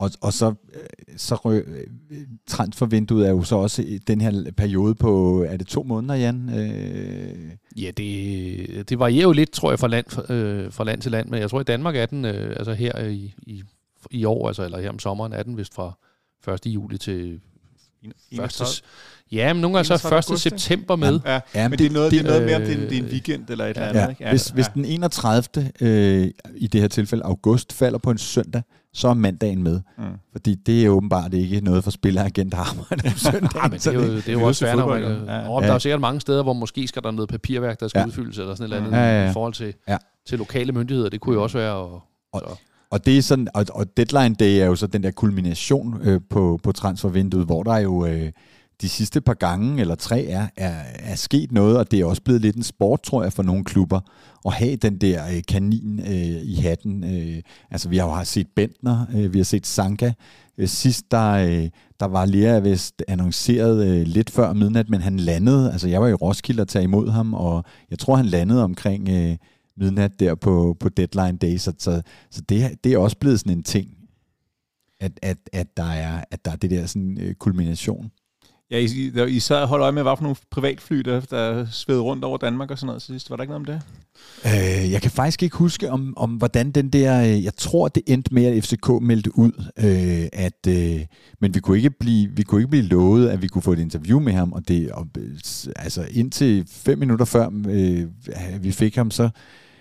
Og, og så, så rø, transfervinduet er jo så også den her periode på, er det to måneder, Jan? Øh... Ja, det, det varierer jo lidt, tror jeg, fra land, øh, fra land til land, men jeg tror, i Danmark er den, øh, altså her i, i, i år, altså, eller her om sommeren, er den vist fra første juli til første... Ja, men nogle gange så første september med. Ja, ja, men det er noget, det, det er noget mere, om det er, det er en weekend eller et eller andet. Ja, ikke? Ja, hvis, ja. hvis den enogtredivte Øh, i det her tilfælde august falder på en søndag, så er mandagen med. Mm. Fordi det er åbenbart ikke noget for spilleragent, der arbejder om søndagen. Ja, men det er jo, det er jo også svært. Ja. Ja. Der er jo sikkert mange steder, hvor måske skal der noget papirværk, der skal ja. udfyldes, eller sådan et eller andet, ja, ja, ja. i forhold til, ja. til lokale myndigheder. Det kunne jo også være... Og, og, og det er sådan, og, og deadline day er jo så den der kulmination øh, på, på transfervinduet, hvor der er jo... Øh, de sidste par gange, eller tre, er, er, er sket noget, og det er også blevet lidt en sport, tror jeg, for nogle klubber, at have den der øh, kanin øh, i hatten. Øh, altså, vi har jo set Bentner, øh, vi har set Sanka. Øh, sidst, der, øh, der var Lea vist annonceret øh, lidt før midnat, men han landede, altså jeg var i Roskilde og tage imod ham, og jeg tror, han landede omkring øh, midnat der på, på deadline day, så, så, så det, det er også blevet sådan en ting, at, at, at, der, er, at der er det der sådan øh, kulmination. Ja, I, I sad og holdt øje med, hvad for nogle privatfly, der, der svedede rundt over Danmark og sådan noget sidst. Var der ikke noget om det? Øh, jeg kan faktisk ikke huske, om, om hvordan den der... Jeg tror, det endte med, at F C K meldte ud, øh, at... Øh, men vi kunne, ikke blive, vi kunne ikke blive lovet, at vi kunne få et interview med ham, og det... Og, altså, indtil fem minutter før øh, vi fik ham, så...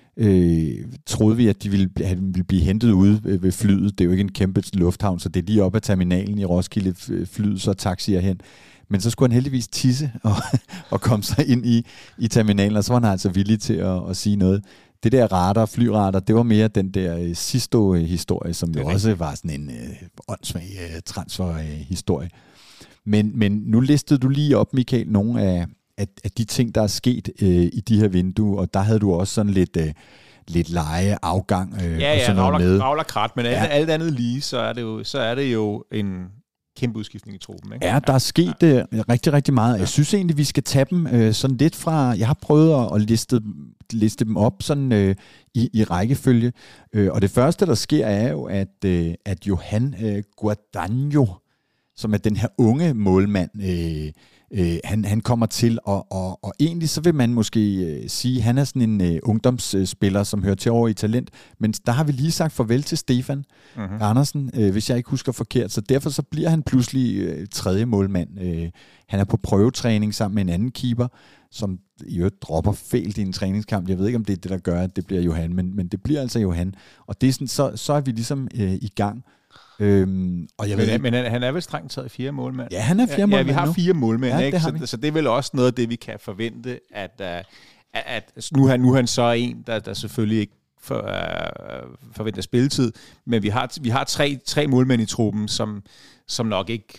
Øh, troede vi, at de ville, at han ville blive hentet ude ved flyet. Det er jo ikke en kæmpe lufthavn, så det er lige op ad terminalen i Roskilde, flyet så taxier hen. Men så skulle han heldigvis tisse og, og komme sig ind i, i terminalen, og så var han altså villig til at, at sige noget. Det der radar, flyradar, det var mere den der uh, Sisto-historie, som jo også var sådan en uh, åndssvag uh, transfer-historie. Men, men nu listede du lige op, Michael, nogle af, af, af de ting, der er sket uh, i de her vinduer, og der havde du også sådan lidt... Uh, lidt leje, afgang øh, ja, og sådan ja, noget ravler, med. Ja, ravler krat, men ja. alt, alt andet lige, så er det jo, så er det jo en kæmpe udskiftning i truppen. Ikke? Ja, der er sket ja. øh, rigtig, rigtig meget. Jeg synes egentlig, vi skal tage dem øh, sådan lidt fra... Jeg har prøvet at, at liste, liste dem op sådan øh, i, i rækkefølge. Øh, og det første, der sker, er jo, at, øh, at Johan øh, Guadagno, som er den her unge målmand, øh, øh, han, han kommer til, og, og, og egentlig så vil man måske øh, sige, at han er sådan en øh, ungdomsspiller, som hører til over i talent, men der har vi lige sagt farvel til Stefan uh-huh. Andersen, øh, hvis jeg ikke husker forkert, så derfor så bliver han pludselig øh, tredje målmand. Øh, han er på prøvetræning sammen med en anden keeper, som i øvrigt dropper fælt i en træningskamp. Jeg ved ikke, om det er det, der gør, at det bliver Johan, men, men det bliver altså Johan. Og det er sådan, så, så er vi ligesom øh, i gang. Øhm, og jeg men, ved, men han er vel strengt taget fire målmænd. Ja, han er fire ja, målmænd. Ja, vi har nu. fire målmænd, ja, ikke? Så, så det er vel også noget af det, vi kan forvente, at, at, at nu, er, nu er han så en, der, der selvfølgelig ikke for, uh, forventer spilletid, men vi har, vi har tre, tre målmænd i truppen, som, som nok ikke...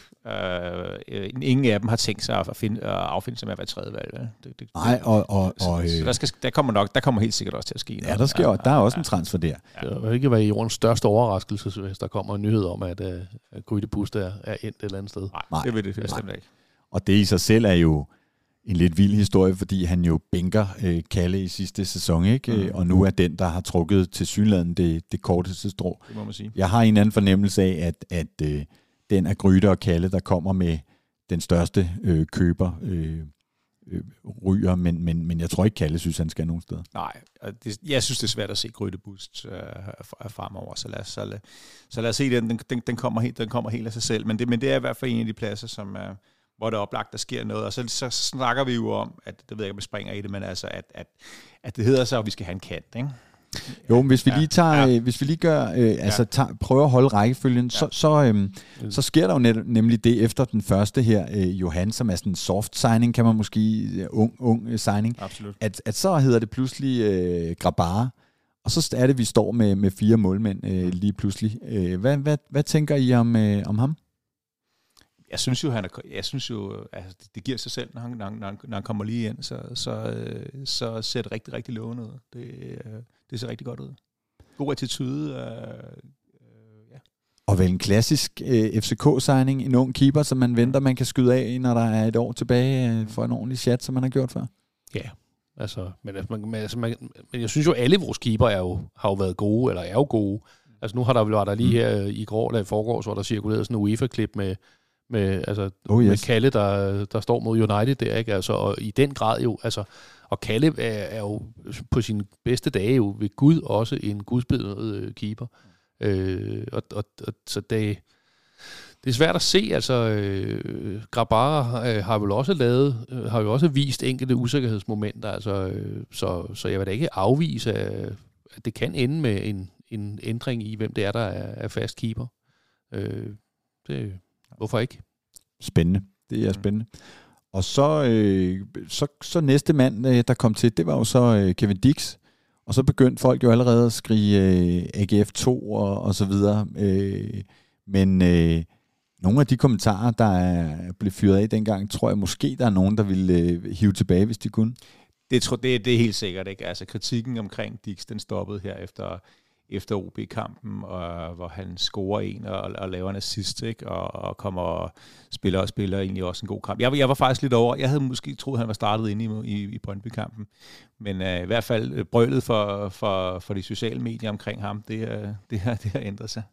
Uh, ingen af dem har tænkt sig at, finde, at affinde sig med at være tredje valg. Det, det, Nej, og... og, så, og så der, skal, der, kommer nok, der kommer helt sikkert også til at ske noget. Ja, der, sker, ja, der er også ja, en transfer der. Ja. Det vil ikke være jordens største overraskelse, hvis der kommer en nyhed om, at, at Gryde Pust er, er endt et eller andet sted. Nej, Nej det vil det bestemt ikke. Og det i sig selv er jo en lidt vild historie, fordi han jo bænker øh, Kalle i sidste sæson, ikke? Mm. Og nu er den, der har trukket til synligheden det, det korteste strå. Det må man sige. Jeg har en anden fornemmelse af, at, at øh, den er Gryde og Kalle, der kommer med den største øh, køber øh, øh, ryger, men, men, men jeg tror ikke, Kalle synes, han skal nogen steder. Nej, det, jeg synes, det er svært at se Gryde Pust øh, fremover, så lad os, så lad, så lad os se den. Den, den, den, kommer helt, den kommer helt af sig selv, men det, men det er i hvert fald en af de pladser, som er, hvor det er oplagt, der sker noget, og så, så snakker vi jo om, at det ved jeg ikke, om jeg springer i det, men altså, at, at, at det hedder så, at vi skal have en kant, ikke? Jo, men hvis vi lige tager, ja. hvis vi lige gør, øh, ja. altså tager, prøver at holde rækkefølgen, ja. så, så, øhm, så sker der jo net, nemlig det efter den første her, øh, Johan, som er sådan en soft signing, kan man måske, ung, ung signing, absolut. At, at så hedder det pludselig øh, Grabara, og så er det, vi står med, med fire målmænd øh, lige pludselig. Øh, hvad, hvad, hvad tænker I om, øh, om ham? Jeg synes jo, han er, jeg synes jo, altså, det, det giver sig selv, når han, når, han, når han kommer lige ind, så, så, så ser det rigtig, rigtig lovende ud. Det, det ser rigtig godt ud. God attitude. Øh, øh, ja. Og vel en klassisk øh, F C K-signing, en ung keeper, som man venter, man kan skyde af, når der er et år tilbage øh, for en ordentlig chat, som man har gjort før. Ja, altså, men, altså, man, altså, man, men jeg synes jo, alle vores keeper er jo, har jo været gode, eller er jo gode. Altså nu har der jo været der lige her i går, der i forgårs, hvor der cirkulerede sådan en UEFA-klip med, med, altså, oh, yes. med Kalle, der, der står mod United der, ikke? Altså, og i den grad jo, altså, og Kalle er, er jo på sine bedste dage jo ved Gud også en gudsbedret øh, keeper. Øh, og, og, og så det, det er svært at se, altså øh, Grabara øh, har vel også lavet, øh, har jo også vist enkelte usikkerhedsmomenter, altså, øh, så, så jeg vil da ikke afvise, at, at det kan ende med en, en ændring i, hvem det er, der er, er fast keeper. Øh, det, hvorfor ikke? Spændende. Det er spændende. Og så, øh, så, så næste mand, øh, der kom til, det var jo så øh, Kevin Dix. Og så begyndte folk jo allerede at skrige øh, A G F to og, og så videre. Øh, men øh, nogle af de kommentarer, der er blevet fyret af dengang, tror jeg måske, der er nogen, der ville øh, hive tilbage, hvis de kunne. Det, tror, det, det er helt sikkert, ikke? Altså kritikken omkring Dix, den stoppede her efter, efter O B-kampen, og, hvor han scorer en og, og laver en assist, ikke? Og, og kommer og spiller og spiller egentlig også en god kamp. Jeg, jeg var faktisk lidt over. Jeg havde måske troet, han var startet inde i, i, i Brøndby-kampen. Men uh, i hvert fald brølet for, for, for de sociale medier omkring ham, det, uh, det, har, det har ændret sig.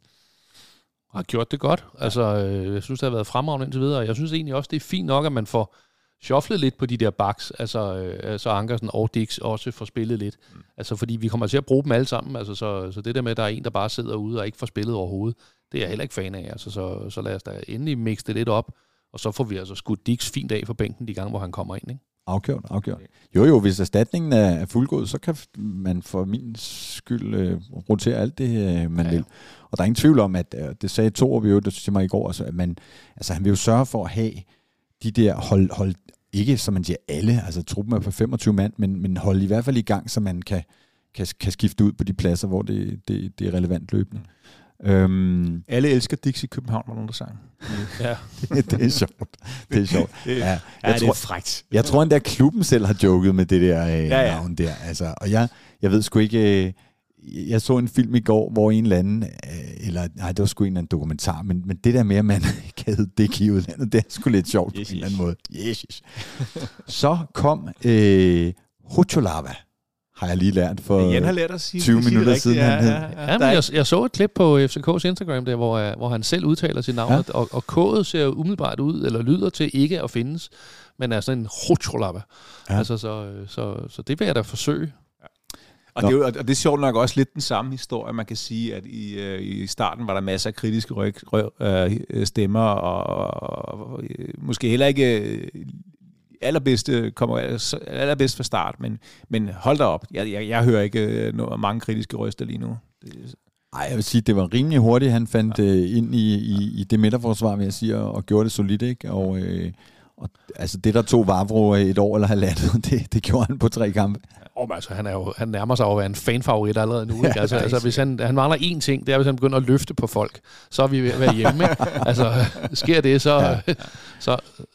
Har gjort det godt. Altså, øh, jeg synes, det har været fremragende indtil videre. Jeg synes egentlig også, det er fint nok, at man får shufflet lidt på de der backs, altså, øh, så Ankersen og Dix også får spillet lidt. Mm. Altså, fordi vi kommer til at bruge dem alle sammen. Altså, så, så det der med, at der er en, der bare sidder ude og ikke får spillet overhovedet, det er jeg heller ikke fan af. Altså, så, så lad os da endelig mixe det lidt op, og så får vi altså skudt Dix fint af for bænken de gange, hvor han kommer ind, ikke? Afgjort, afgjort. Jo jo, hvis erstatningen er fuldgod, så kan man for min skyld øh, rotere alt det, øh, man ja, ja. vil. Og der er ingen tvivl om, at øh, det sagde Thor, vi jo det til mig i går, altså, at man, altså, han vil jo sørge for at have de der hold, hold ikke som man siger alle, altså truppen er på femogtyve mand, men, men holde i hvert fald i gang, så man kan, kan, kan skifte ud på de pladser, hvor det, det, det er relevant løbende. Øhm, Alle elsker Dix i København, var nogen, der sang. Ja. det, det er sjovt. Det er sjovt. Ja, jeg ja, tror, det er frækt. Jeg tror, at der klubben selv har joket med det der øh, ja, ja. navn der. Altså, og jeg, jeg ved sgu ikke... Øh, jeg så en film i går, hvor en eller anden... Øh, eller, nej, det var sgu en eller anden dokumentar, men, men det der med, at man kan hedde Dick i udlandet, det er sgu lidt sjovt yes, på en yes. eller anden måde. Yes, yes. Så kom øh, Hucholava, har jeg lige lært for Jan har lært at sige, tyve minutter siden. Ja, han hed. ja, ja. Ja, men jeg, jeg så et klip på F C K's Instagram, der, hvor, hvor han selv udtaler sit navn, ja. og, og K'et ser umiddelbart ud, eller lyder til ikke at findes, men er sådan en Hucholava. Ja. Altså, så, så, så det vil jeg da forsøge. Ja. Og, det er jo, og det er sjovt nok også lidt den samme historie. Man kan sige, at i, øh, i starten var der masser af kritiske ryg, røg, øh, stemmer, og, og, og måske heller ikke... Øh, allerbedste kommer allerbedst fra start, men, men hold da op. Jeg, jeg, jeg hører ikke no, mange kritiske røster lige nu. Det... Ej, jeg vil sige, det var rimelig hurtigt, han fandt ja. øh, ind i, i, i det midterforsvar, vil jeg sige, og, og gjorde det solidt, ikke? Og, øh, og altså det, der tog Vavro et år eller halvandet, det, det gjorde han på tre kampe. Oh, altså, han, er jo, han nærmer sig jo at være en fanfavorit allerede nu. Ikke? Altså, altså, hvis han, han mangler én ting, det er, hvis han begynder at løfte på folk, så er vi ved at være hjemme. Altså, sker det, så... Ja. så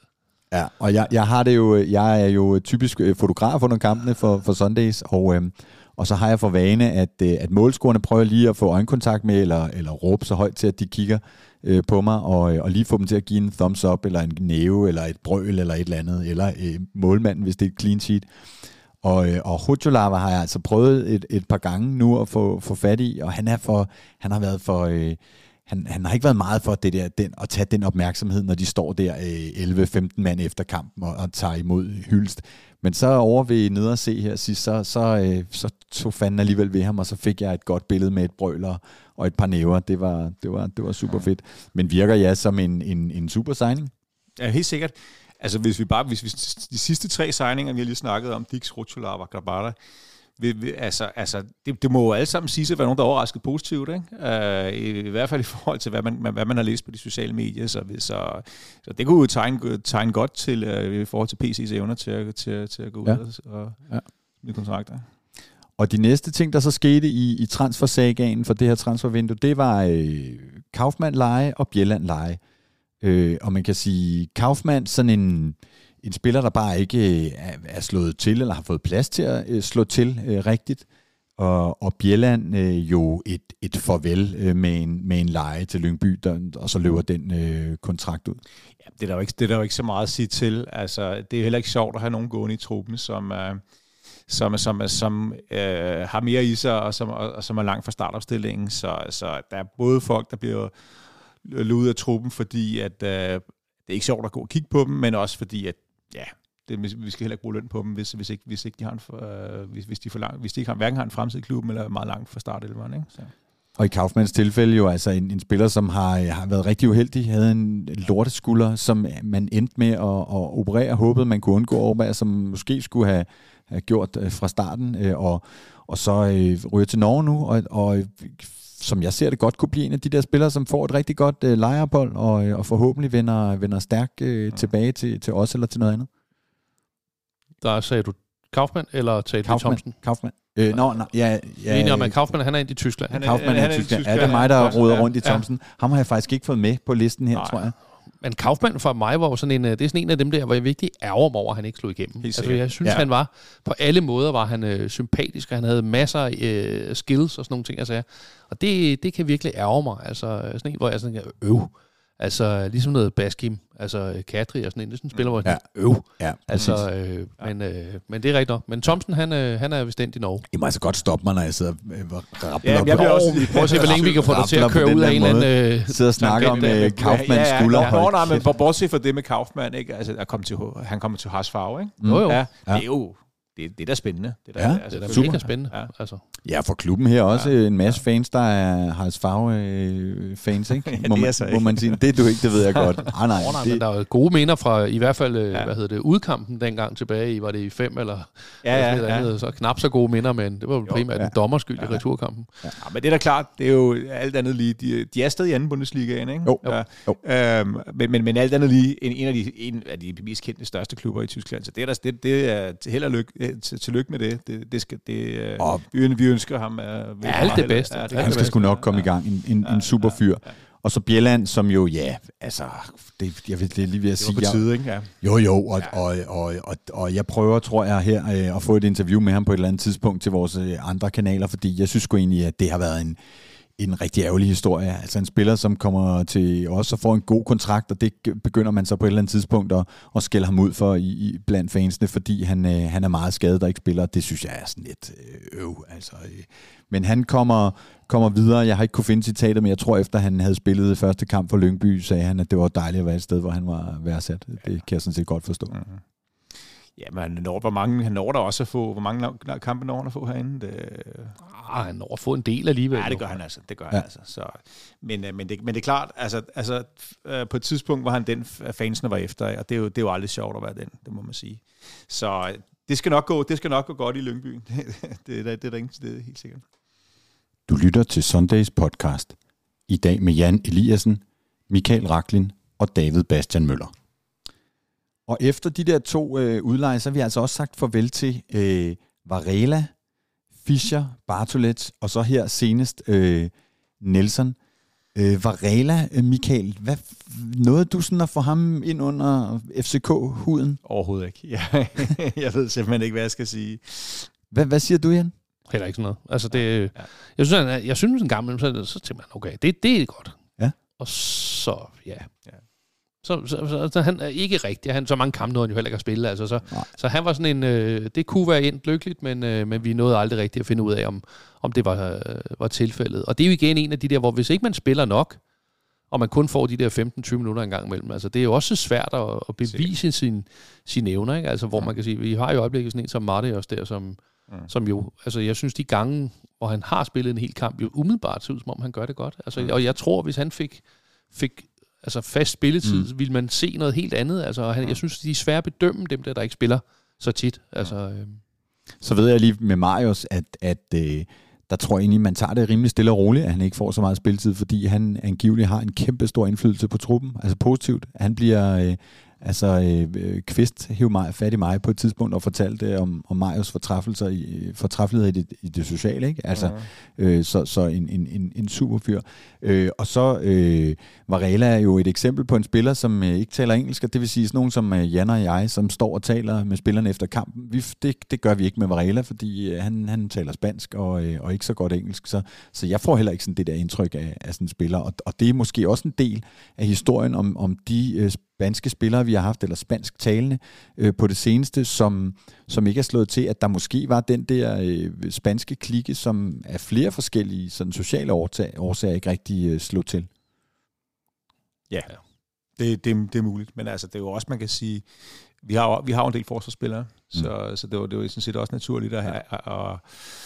Ja, og jeg, jeg har det jo, jeg er jo typisk fotograf under kampene for, for Sundays, og, øhm, og så har jeg for vane, at, at målscorerne prøver lige at få øjenkontakt med, eller, eller råbe så højt til, at de kigger øh, på mig, og, og lige få dem til at give en thumbs up, eller en næve, eller et brøl, eller et eller andet, eller øh, målmanden, hvis det er et clean sheet. Og, øh, og Hucholava har jeg altså prøvet et, et par gange nu at få, få fat i, og han, er for, han har været for... Øh, Han, han har ikke været meget for det der, den, at tage den opmærksomhed, når de står der øh, elleve femten mand efter kampen og, og tager imod hyldest. Men så over ved nede og se her sidst, så, så, øh, så tog fanden alligevel ved ham, og så fik jeg et godt billede med et brøler og et par næver. Det var, det var, det var super fedt. Men virker jeg som en, en, en super signing? Ja, helt sikkert. Altså hvis vi bare, hvis vi, de sidste tre signinger, vi har lige snakket om, Dix, Hucholava og Grabara, Vi, vi, altså, altså det, det må jo alle sammen sige sig at være nogen, der er overrasket positivt, ikke? Uh, i, I hvert fald i forhold til, hvad man, hvad man har læst på de sociale medier. Så, så, så det kunne jo tegne, tegne godt til, uh, i forhold til P C's evner til, til, til at gå ja. ud og ja. med kontrakter. Og de næste ting, der så skete i, i transfersagaen for det her transfervindue, det var øh, Kaufmann-leje og Bjelland-leje. Øh, og man kan sige, Kaufmann, sådan en... En spiller, der bare ikke er slået til, eller har fået plads til at slå til øh, rigtigt. Og, og Bjelland øh, jo et, et farvel øh, med, en, med en leje til Lyngby, der, og så løber den øh, kontrakt ud. Ja, det er, der jo ikke, det er der jo ikke så meget at sige til. Altså, det er heller ikke sjovt at have nogen gående i truppen, som, øh, som, som, som øh, har mere i sig, og som, og, og som er langt fra startopstillingen. Så, så der er både folk, der bliver luet af truppen, fordi at, øh, det er ikke sjovt at gå og kigge på dem, men også fordi, at ja, det, vi skal heller ikke bruge løn på dem, hvis, hvis, ikke, hvis, ikke de, har en, øh, hvis, hvis, de for lang, hvis de ikke har, hverken har en fremtid i klubben, eller meget langt fra startelveren, ikke? Så. Og i Kaufmanns tilfælde jo altså en, en spiller, som har, har været rigtig uheldig, havde en lorteskulder, som man endte med at, at operere, håbede man kunne undgå Aarberg, som måske skulle have, have gjort fra starten, og, og så øh, ryger til Norge nu, og, og som jeg ser det godt kunne blive en af de der spillere, som får et rigtig godt øh, lejeophold, og, og forhåbentlig vender, vender stærkt øh, ja. tilbage til, til os eller til noget andet. Der sagde du Kaufmann, eller talte du Thomsen? Kaufmann. Øh, nå, no, ja, ja, enig om, at Kaufmann, han er i Tyskland. Han er, Kaufmann han er, han er i Tyskland. Tyskland. Ja, det er mig, der roder rundt i Thomsen. Ja. Ham har jeg faktisk ikke fået med på listen her, Nej. tror jeg. Men Kaufmann for mig var jo sådan en, det er sådan en af dem der, hvor jeg virkelig ærger mig over, at han ikke slog igennem. Altså, jeg synes, ja. han var, på alle måder var han øh, sympatisk, og han havde masser af øh, skills og sådan nogle ting, jeg sagde. Og det, det kan virkelig ærge mig. Altså sådan en, hvor jeg sådan øv. Altså ligesom noget Baskim, altså Kadri og sådan en, det er sådan en spiller, hvor jeg ja. øv. Ja, altså, øh, ja. Men, øh, men det er rigtigt nok. Men Thomsen, han, øh, han er vist i Norge. I må altså godt stoppe mig, når jeg sidder og rappler ja, op jeg på også, prøv at se, hvor længe vi kan få dig til at køre ud af en eller anden... Øh, sidder og snakker om øh, Kaufmanns ja, ja, skulder. Ja, ja, nej, men for bortset fra det med Kaufmann, ikke? Altså, at komme til, han kommer til Harsfarve, ikke? Mm. Jo, jo. Ja, det er jo... Det, det er da spændende. Det er da, ja, altså, det er da mega spændende. Ja. Altså. Ja, for klubben her også ja. en masse fans, der er Harsfarve-fans, ikke? ja, må, man, altså må man sige, det er du ikke, det ved jeg godt. Ah, nej, oh, nej det... men der er gode minder fra, i hvert fald, ja. hvad hedder det, udkampen dengang tilbage i, var det i fem eller ja, ja, ja. andet, så knap så gode minder, men det var jo primært ja. en dommerskyld ja. i returkampen. Ja. Ja, men det er da klart, det er jo alt andet lige, de, de er stadig i anden Bundesligaen, ikke? Jo. Ja. jo. Øhm, men, men, men alt andet lige, en, en, af de, en af de mest kendte største klubber i Tyskland, så det er, der, det, det er til held og lykke, til, til lykke med det. Det, det skal, det, og vi, vi ønsker ham uh, ja, alt det bedste. Ja, det han skal sgu nok komme ja. i gang. En, en, ja, en super fyr. Ja, ja. Og så Bjelland, som jo, ja, altså, det, jeg vil det lige ved at sige. Det var på tide, ikke? Ja. Jo, jo, og, ja. og, og, og, og jeg prøver, tror jeg, her øh, at få et interview med ham på et eller andet tidspunkt til vores øh, andre kanaler, fordi jeg synes sgu egentlig, at det har været en, en rigtig ærgerlig historie. Altså en spiller, som kommer til os og får en god kontrakt, og det begynder man så på et eller andet tidspunkt at, at skælde ham ud for i, i blandt fansene, fordi han, øh, han er meget skadet og ikke spiller. Det synes jeg er sådan lidt øh, øv. Altså, øh. Men han kommer, kommer videre. Jeg har ikke kunne finde citatet, men jeg tror, efter han havde spillet første kamp for Lyngby, sagde han, at det var dejligt at være et sted, hvor han var værdsat. Det kan jeg sådan set godt forstå. Mm-hmm. Ja, men han når, hvor mange, han når der også at få, hvor mange kampe når han at få herinde? Det... Ah, han når at få en del alligevel. Ja, det gør han altså. Det gør ja. han altså. Så, men, men, det, men det er klart, altså, altså på et tidspunkt var han den, fansene var efter, og det er, jo, det er jo aldrig sjovt at være den, det må man sige. Så det skal nok gå, det skal nok gå godt i Lyngby. det, det, det, det er der ingen det er helt sikkert. Du lytter til Sundays podcast. I dag med Jan Eliassen, Michael Raklin og David Bastian Møller. Og efter de der to øh, udleje, så har vi altså også sagt farvel til øh, Varela, Fischer, Bartolets, og så her senest øh, Nelson. Øh, Varela, øh, Michael, hvad, nåede du sådan at få ham ind under F C K-huden? Overhovedet ikke. Jeg, jeg ved simpelthen ikke, hvad jeg skal sige. Hvad, hvad siger du, Jan? Heller ikke sådan noget. Altså det, ja. jeg synes, jeg, jeg synes en gammel, så, så tænker man, okay, det, det er godt. Ja. Og så, ja. ja. Så, så, så, så han er ikke rigtig. Han så mange kampe nåede han jo heller ikke at spille. Altså, så, så han var sådan en... Øh, det kunne være endt lykkeligt, men, øh, men vi nåede aldrig rigtigt at finde ud af, om, om det var, øh, var tilfældet. Og det er jo igen en af de der, hvor hvis ikke man spiller nok, og man kun får de der femten til tyve minutter en gang imellem, altså det er jo også svært at, at bevise sine sin evner, ikke? Altså hvor man kan sige, vi har jo i øjeblikket sådan en som Marius der, som, mm. som jo... Altså jeg synes, de gange, hvor han har spillet en hel kamp, jo umiddelbart ser ud, som om han gør det godt. Altså, mm. Og jeg tror, hvis han fik... fik altså fast spilletid, mm. vil man se noget helt andet. Altså, han, jeg synes, de er svære at bedømme dem der, der ikke spiller så tit. Altså, øh. Så ved jeg lige med Marius, at, at øh, der tror jeg egentlig, man tager det rimelig stille og roligt, at han ikke får så meget spilletid, fordi han angiveligt har en kæmpe stor indflydelse på truppen. Altså positivt. Han bliver... Øh, Altså, øh, Kvist hævde mig fat i mig på et tidspunkt og fortalte om, om Marius fortræffelser i, fortræffelighed i det, i det sociale, ikke? Altså, uh-huh. øh, så, så en, en, en, en super fyr. Øh, og så øh, Varela er jo et eksempel på en spiller, som øh, ikke taler engelsk, og det vil sige sådan nogen som øh, Jan og jeg, som står og taler med spillerne efter kampen. Vi, det, det gør vi ikke med Varela, fordi øh, han, han taler spansk og, øh, og ikke så godt engelsk. Så, så jeg får heller ikke sådan det der indtryk af, af sådan en spiller. Og, og det er måske også en del af historien om, om de øh, spanske spillere, vi har haft, eller spansk talende øh, på det seneste, som, som ikke er slået til, at der måske var den der øh, spanske klikke, som af flere forskellige sådan, sociale årsag, årsager ikke rigtig øh, slået til. Ja, det, det, det er muligt, men altså, det er jo også, man kan sige, vi har, vi har en del forsvarsspillere, mm. så, så det var, det var sådan set også naturligt at have, og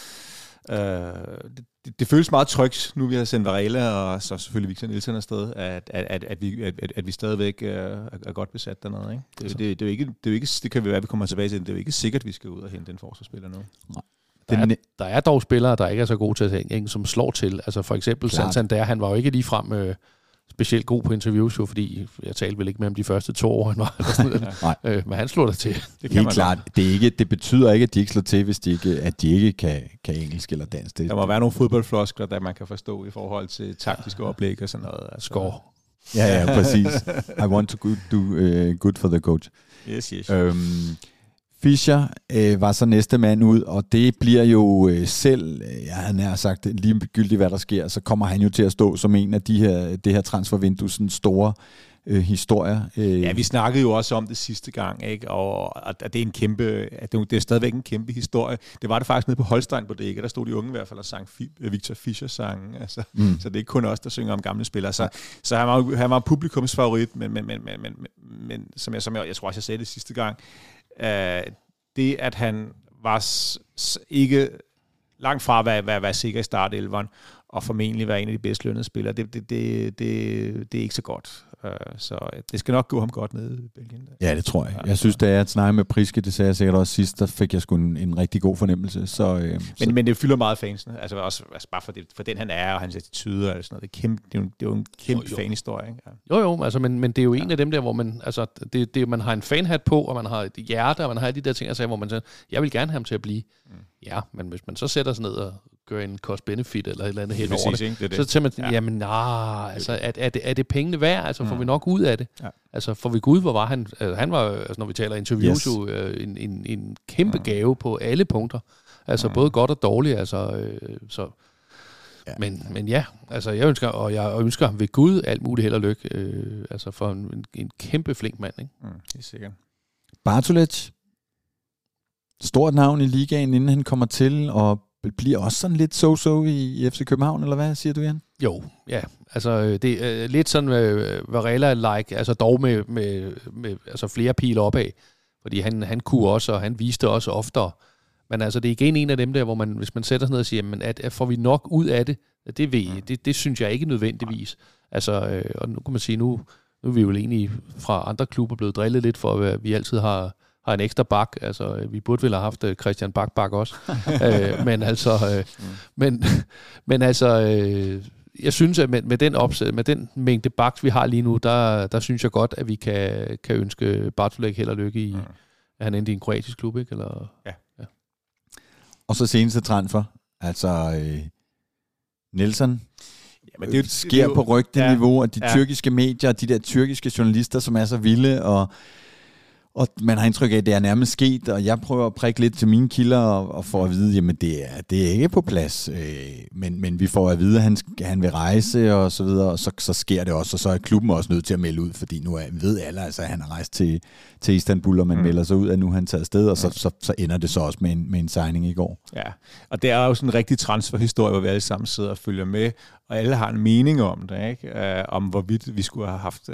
Uh, det, det føles meget trygt, nu vi har sendt Varela og så selvfølgelig Victor Nielsen afsted, at, at, at, at, vi, at, at vi stadigvæk er, er godt besat dernede. Ikke? Det, det, det, er jo ikke, det er jo ikke, det kan vi være, vi kommer tilbage til, det er jo ikke sikkert, at vi skal ud og hente en forsvarsspiller nu. Nej. Der er, der er dog spillere, der ikke er så gode til at hænge, som slår til. Altså for eksempel Santander, han var jo ikke ligefrem øh, specielt god på interviews, jo, fordi jeg talte vel ikke med ham de første to år, han var, eller sådan noget. Øh, men han slår der til. Det kan Helt klart. Det, er ikke, det betyder ikke, at de ikke slår til, hvis de ikke, at de ikke kan, kan engelsk eller dansk. Det, der må være nogle fodboldfloskler, der man kan forstå i forhold til taktiske oplæg og sådan noget. Altså. Score. Ja, ja, præcis. I want to do uh, good for the coach. Yes, yes. Øhm, Fischer øh, var så næste mand ud, og det bliver jo øh, selv, øh, ja, han har sagt ligegyldigt, hvad der sker, så kommer han jo til at stå som en af de her, det her transfervindue, sådan store øh, historier. Øh. Ja, vi snakkede jo også om det sidste gang, ikke? Og at det er en kæmpe, at det er stadigvæk en kæmpe historie. Det var det faktisk nede på Holstein på det, ikke? Der stod de unge i hvert fald og sang Victor Fischer-sangen, altså, mm. så det er ikke kun os, der synger om gamle spillere. Så, så han var, han var publikumsfavorit, men, men, men, men, men, men som, jeg, som jeg, jeg tror også, jeg sagde det sidste gang, Uh, det, at han var s- s- ikke langt fra at være, være, være sikker i startelveren, og formentlig være en af de bedst lønnede spillere, det, det, det, det, det er ikke så godt. Uh, så det skal nok gå ham godt ned i Belgien. Ja, det tror jeg. Jeg synes, da jeg snakkede med Priske, det sagde jeg sikkert også sidst, der fik jeg sgu en, en rigtig god fornemmelse. Så, øh, men, så. men det fylder meget fansene. Altså også altså bare for, det, for den han er, og hans attitude og sådan noget. Det er, kæmpe, det er jo, det er jo en kæmpe jo, jo. fanhistorie. Ikke? Ja. Jo, jo, altså, men, men det er jo en ja. af dem der, hvor man, altså, det, det, man har en fanhat på, og man har et hjerte, og man har alle de der ting, altså, hvor man siger, jeg vil gerne have ham til at blive. Mm. Ja, men hvis man så sætter sig ned og gør en cost-benefit eller et eller andet hen over det, det, det, så tænker man, ja. jamen, nah, altså, er, er, det, er det pengene værd? Altså, får mm. vi nok ud af det? Ja. Altså, får vi Gud, hvor var han? Altså, han var, altså, når vi taler interviews, yes. jo, en, en, en kæmpe mm. gave på alle punkter. Altså, mm. både godt og dårligt. Altså, øh, så... Ja. Men, men ja, altså, jeg ønsker, og jeg ønsker ham ved Gud alt muligt held og lykke. Øh, altså, for en, en, en kæmpe flink mand, ikke? Mm, det er sikkert. Bartolec, stort navn i ligaen, inden han kommer til, og bliver også sådan lidt so-so i, i F C København, eller hvad siger du, Jan? Jo, ja. Altså, det er uh, lidt sådan uh, Varela-like, altså dog med, med, med altså flere pile opad. Fordi han, han kunne også, og han viste også oftere. Men altså, det er igen en af dem der, hvor man, hvis man sætter sig ned og siger, men at, at får vi nok ud af det? Det, ved, mm. det, det synes jeg ikke nødvendigvis. Altså, øh, og nu kan man sige, nu, nu er vi jo egentlig fra andre klubber blevet drillet lidt for, at vi altid har... har en ekstra bak, altså vi burde vel have haft Christian Bak Bak også, øh, men altså, øh, mm. men, men altså, øh, jeg synes, at med, med den opsæt, med den mængde baks, vi har lige nu, der, der synes jeg godt, at vi kan, kan ønske Bartolec held og lykke i, mm. at han endte i en kroatisk klub, ikke? Eller, ja. ja. Og så seneste transfer, altså øh, Nelson, ja, men det, sker det, det, på rygteniveau, ja, og de ja. tyrkiske medier, de der tyrkiske journalister, som er så vilde, og Og man har indtryk af, at det er nærmest sket, og jeg prøver at prikke lidt til mine kilder og, og få at vide, jamen det er, det er ikke på plads. Øh, men, men vi får at vide, at han, han vil rejse og så videre, og så, så sker det også, og så er klubben også nødt til at melde ud, fordi nu er, ved alle, altså, at han har rejst til, til Istanbul, og man mm. melder sig ud, at nu er han taget afsted, og så, så, så ender det så også med en, med en signing i går. Ja, og det er jo sådan en rigtig transferhistorie, hvor vi alle sammen sidder og følger med, og alle har en mening om det, ikke? Uh, om hvorvidt vi skulle have haft,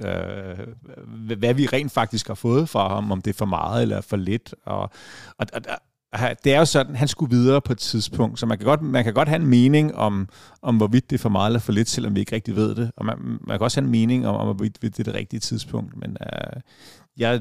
uh, hvad vi rent faktisk har fået fra ham, om det er for meget eller for lidt. Og, og, og, og det er jo sådan, han skulle videre på et tidspunkt, så man kan godt, man kan godt have en mening om, om hvorvidt det er for meget eller for lidt, selvom vi ikke rigtig ved det. Og man, man kan også have en mening om, om hvorvidt det er det rigtige tidspunkt, men uh, jeg,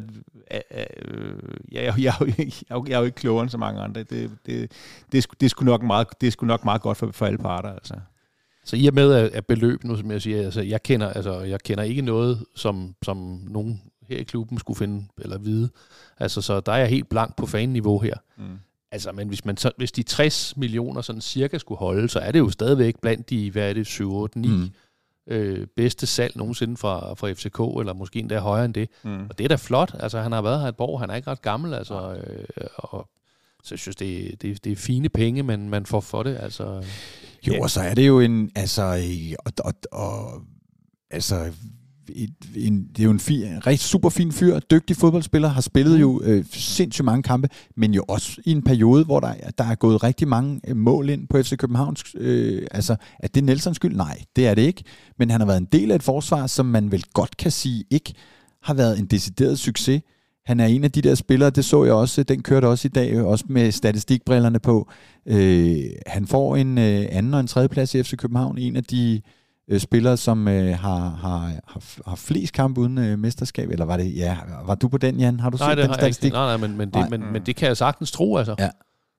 uh, jeg, jeg, jeg, jeg, jeg er jo ikke klogere end så mange andre. Det, det, det, det, er, sgu, det, er sgu nok meget, det er sgu nok meget godt for, for alle parter, altså. Så i og med at beløb, nu som jeg siger, altså jeg kender, altså jeg kender ikke noget, som, som nogen her i klubben skulle finde eller vide. Altså så der er jeg helt blank på fanniveau her. Mm. Altså men hvis man så, hvis de tres millioner sådan cirka skulle holde, så er det jo stadigvæk blandt de, hvad er det, syv, otte, ni mm. øh, bedste salg nogensinde fra, fra F C K, eller måske endda højere end det. Mm. Og det er da flot. Altså han har været her et år, han er ikke ret gammel, altså øh, og så jeg synes, det, det, det er fine penge, men man får for det, altså. Jo, og så er det jo en, altså, og, og, og altså, et, en, det er jo en, fi, en rigtig super fin fyr, dygtig fodboldspiller, har spillet jo øh, sindssygt mange kampe, men jo også i en periode, hvor der, der er gået rigtig mange øh, mål ind på F C Københavns. Øh, altså, er det Nelsons skyld? Nej, det er det ikke. Men han har været en del af et forsvar, som man vel godt kan sige ikke har været en decideret succes. Han er en af de der spillere, det så jeg også, den kørte også i dag, også med statistikbrillerne på. Øh, han får en øh, anden og en tredje plads i F C København, en af de øh, spillere, som øh, har, har, har, har flest kampe uden øh, mesterskab, eller var det, ja, var du på den, Jan? Har du nej, set det den har statistik? Nej, nej, men, men, det, men, men det kan jeg sagtens tro, altså. Ja.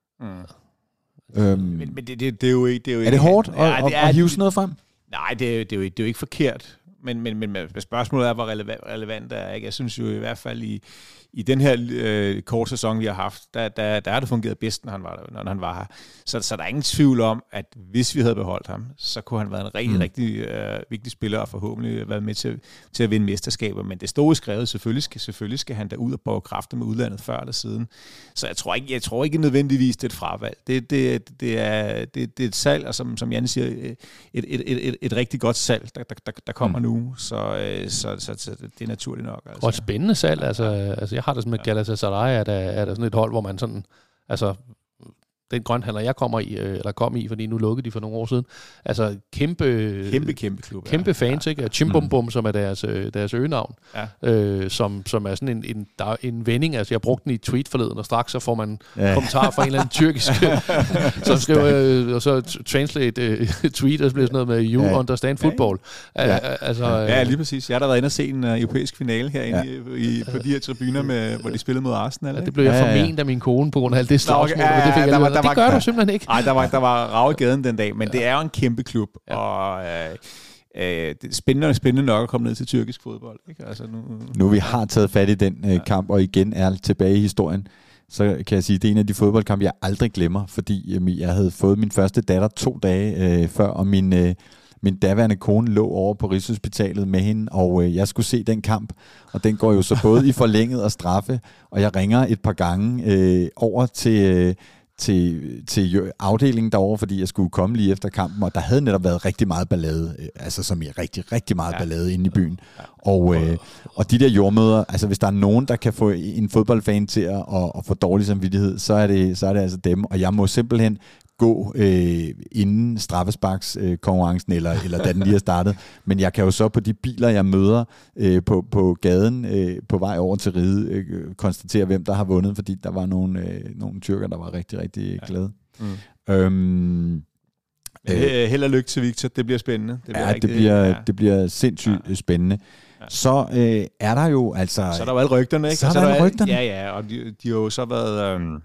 Mm. Øhm, men men det, det, det er jo ikke... Det er, jo er det hårdt at, ja, det er, at hive sådan noget frem? Nej, det er, det, er jo, det er jo ikke forkert. Men, men, men, men spørgsmålet er, hvor relevant, relevant det er. Ikke? Jeg synes jo i hvert fald i, i den her øh, korte sæson, vi har haft, der, der, der er det fungeret bedst, når han var, der, når han var her. Så, så der er ingen tvivl om, at hvis vi havde beholdt ham, så kunne han være en rigtig, mm. rigtig øh, vigtig spiller og forhåbentlig være med til, til at vinde mesterskaber. Men det store skrevet, selvfølgelig skal, selvfølgelig skal han da ud og prøve kræfter med udlandet før eller siden. Så jeg tror ikke, jeg tror ikke nødvendigvis, det er et fravalg. Det, det, det, er, det, det er et salg, og som, som Jan siger, et, et, et, et, et rigtig godt salg, der, der, der kommer mm. nu. Så, så, så, så det er naturligt nok. Altså. Og et spændende salg. Altså, altså, jeg har det sådan med Galatasaray, er der, er der sådan et hold, hvor man sådan, altså, den grønthandler, jeg kommer i, eller kom i, fordi nu lukkede de for nogle år siden, altså kæmpe, kæmpe, kæmpe klub. Kæmpe ja. fans, ikke? Chimbumbum, mm. som er deres, deres øgenavn, ja. øh, som, som er sådan en, en, der, en vending, altså jeg brugte den i tweet forleden, og straks så får man ja. kommentar fra en eller anden tyrkisk, som skriver, øh, og så translate uh, tweet, og så bliver sådan noget med, you ja. understand football. Ja. Ja. Altså, ja, lige præcis. Jeg har da været inde og se en uh, europæisk finale herinde ja. i, i, på de her tribuner, med, hvor de spillede mod Arsenal. Ja, det blev jeg ja, ja. forment af min kone på grund af alt det slagsmål, ja, ja, ja, det fik jeg der var, der det gør du simpelthen ikke. Nej, der var, der var rav i gaden den dag, men ja. det er jo en kæmpe klub, ja. og øh, øh, det er spændende og spændende nok at komme ned til tyrkisk fodbold. Ikke? Altså nu, nu vi har taget fat i den øh, kamp, og igen er tilbage i historien, så kan jeg sige, at det er en af de fodboldkampe, jeg aldrig glemmer, fordi øh, jeg havde fået min første datter to dage øh, før, og min... Øh, Min daværende kone lå over på Rigshospitalet med hende, og øh, jeg skulle se den kamp, og den går jo så både i forlænget og straffe, og jeg ringer et par gange øh, over til, øh, til, til afdelingen derovre, fordi jeg skulle komme lige efter kampen, og der havde netop været rigtig meget ballade, øh, altså som i rigtig, rigtig meget ja. ballade inde i byen. Og, øh, og de der jordmøder, altså hvis der er nogen, der kan få en fodboldfan til at, at, at få dårlig samvittighed, så er, det, så er det altså dem, og jeg må simpelthen gå øh, inden straffesparkskonkurrencen, øh, eller, eller da den lige er startet. Men jeg kan jo så på de biler, jeg møder øh, på, på gaden øh, på vej over til Ride, øh, konstatere, hvem der har vundet, fordi der var nogle, øh, nogle tyrker, der var rigtig, rigtig glade. Mm. Øhm, øh, Held og lykke til Victor, det bliver spændende. Det bliver ja, rigtig, det bliver, ja, det bliver sindssygt ja. spændende. Ja. Så øh, er der jo altså... Så er der jo alle rygterne, ikke? Så er der alle rygterne. Ja, ja, og de, de har jo så været... Øh,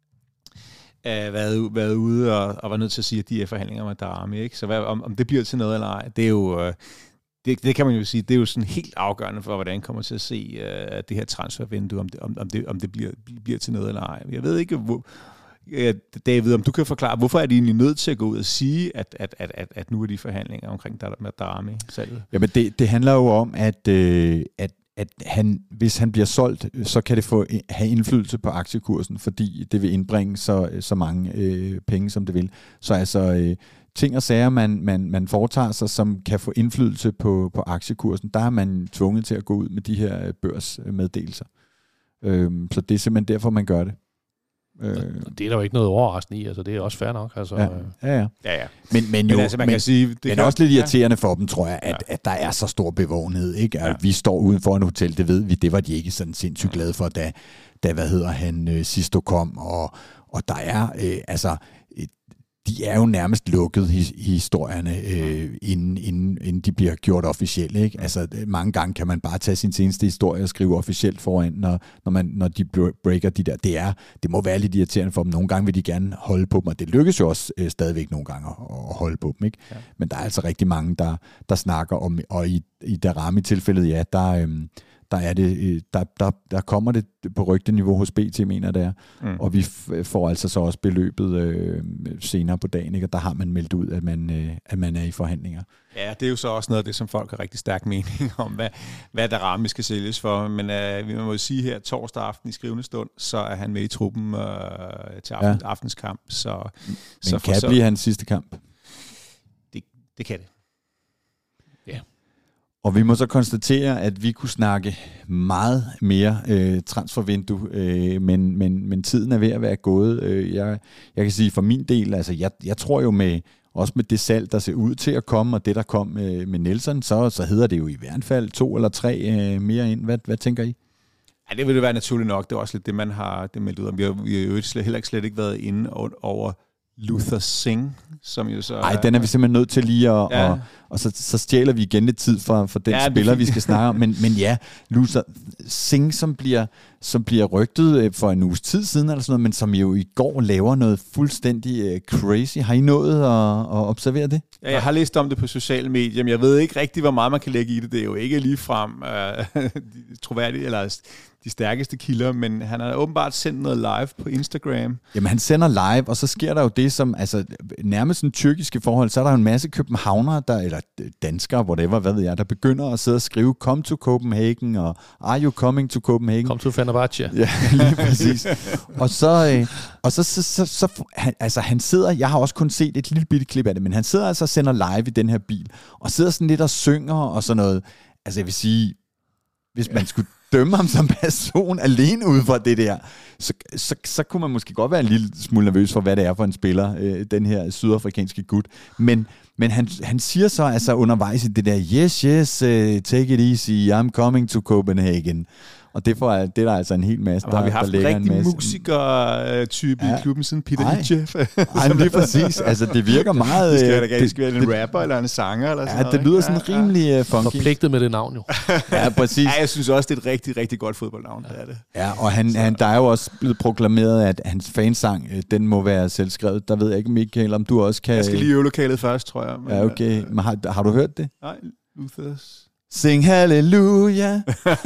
Uh, været, været ude og, og var nødt til at sige, at de er forhandlinger med Darami, ikke? Så hvad, om, om det bliver til noget eller ej, det er jo, uh, det, det kan man jo sige, det er jo sådan helt afgørende for, hvordan kommer til at se uh, det her transfervindue, om det, om, om det, om det bliver, bliver til noget eller ej. Jeg ved ikke, hvor, uh, David, om du kan forklare, hvorfor er de egentlig nødt til at gå ud og sige, at, at, at, at, at nu er de forhandlinger omkring med Darami salget? Jamen det, det handler jo om, at, øh, at at han, hvis han bliver solgt, så kan det få, have indflydelse på aktiekursen, fordi det vil indbringe så, så mange øh, penge, som det vil. Så altså øh, ting og sager, man, man, man foretager sig, som kan få indflydelse på, på aktiekursen, der er man tvunget til at gå ud med de her børsmeddelelser. Øh, så det er simpelthen derfor, man gør det. Øh. Det er der jo ikke noget overraskende i, altså det er også fair nok. Altså, ja, ja, ja. ja, ja. Men, men, jo, men altså man men, kan sige, det men kan også lidt irriterende ja. for dem, tror jeg, at, ja. at der er så stor bevågenhed, ikke? At ja. vi står uden for en hotel, det ved vi, det var de ikke sådan sindssygt glade for, da, da hvad hedder han, øh, Sisto kom, og, og der er, øh, altså, de er jo nærmest lukket i historierne, øh, inden, inden, inden de bliver gjort officielle, ikke? Altså, mange gange kan man bare tage sin seneste historie og skrive officielt foran, når, når, man, når de breaker de der. Det, er, det må være lidt irriterende for dem. Nogle gange vil de gerne holde på dem, og det lykkes jo også øh, stadigvæk nogle gange at, at holde på dem, ikke? Ja. Men der er altså rigtig mange, der, der snakker om, og i, i Darami-tilfældet, ja, der øh, Der, er det, der, der, der kommer det på rygteniveau hos B T, mener det er. Mm. Og vi f- får altså så også beløbet øh, senere på dagen, ikke? Og der har man meldt ud, at man, øh, at man er i forhandlinger. Ja, det er jo så også noget af det, som folk har rigtig stærk mening om, hvad, hvad Darami skal sælges for. Men øh, vi må jo sige her, torsdag aften i skrivende stund, så er han med i truppen øh, til aften, ja. aftenskamp. Så, Men så kan det blive hans sidste kamp? Det, det kan det. Ja. Og vi må så konstatere, at vi kunne snakke meget mere øh, transfervindue, øh, men, men, men tiden er ved at være gået. Øh, jeg, jeg kan sige for min del, altså jeg, jeg tror jo med, også med det salg, der ser ud til at komme, og det, der kom øh, med Nelson, så, så hedder det jo i hvert fald to eller tre øh, mere ind. Hvad, hvad tænker I? Ja, det vil det være naturligt nok. Det er også lidt det, man har det meldt ud om. Vi har, vi har jo heller ikke slet ikke været inde over Luther Singh, som jo så... Nej, den er vi simpelthen nødt til lige at... Ja. Og, og så, så stjæler vi igen lidt tid for, for den ja, spiller, vi skal snakke om. Men, men ja, Luther Singh, som bliver, som bliver rygtet for en uges tid siden, eller sådan noget, men som jo i går laver noget fuldstændig crazy. Har I nået at, at observere det? Ja, jeg har læst om det på sociale medier, men jeg ved ikke rigtig, hvor meget man kan lægge i det. Det er jo ikke ligefrem uh, troværdigt, eller de stærkeste kilder, men han har åbenbart sendt noget live på Instagram. Jamen, han sender live, og så sker der jo det, som altså nærmest en tyrkiske forhold, så er der jo en masse københavnere, der, eller danskere, whatever, hvad ved jeg, der begynder at sidde og skrive, come to Copenhagen, og are you coming to Copenhagen? Come to Fenerbahce. Ja, lige præcis. og så, øh, og så, så, så, så han, altså han sidder, jeg har også kun set et lille bitte klip af det, men han sidder altså og sender live i den her bil, og sidder sådan lidt og synger og sådan noget. Altså jeg vil sige, hvis man skulle dømme ham som person alene ud fra det der, så, så, så kunne man måske godt være en lille smule nervøs for, hvad det er for en spiller, øh, den her sydafrikanske gut. Men, men han, han siger så altså undervejs i det der, yes, yes, uh, take it easy, I'm coming to Copenhagen. Og det, for, det er der altså en hel masse, der, har vi haft der en rigtig musiker-type ja. i klubben siden Peter Hitchef? Nej, det er præcis. Altså, det virker meget... Det skal være, det skal være en rapper eller en sanger eller sådan ja, noget. Det lyder sådan ja, rimelig ja. funky. Forpligtet med det navn jo. Ja, præcis. Ja, jeg synes også, det er et rigtig, rigtig godt fodboldnavn. Ja, det er det. Ja, og han, han, der er jo også blevet proklameret, at hans fansang, den må være selvskrevet. Der ved jeg ikke, Michael, om du også kan... Jeg skal lige øve lokalet først, tror jeg. Men, ja, okay. Men har, har du hørt det? Nej, Luthers... Sing halleluja.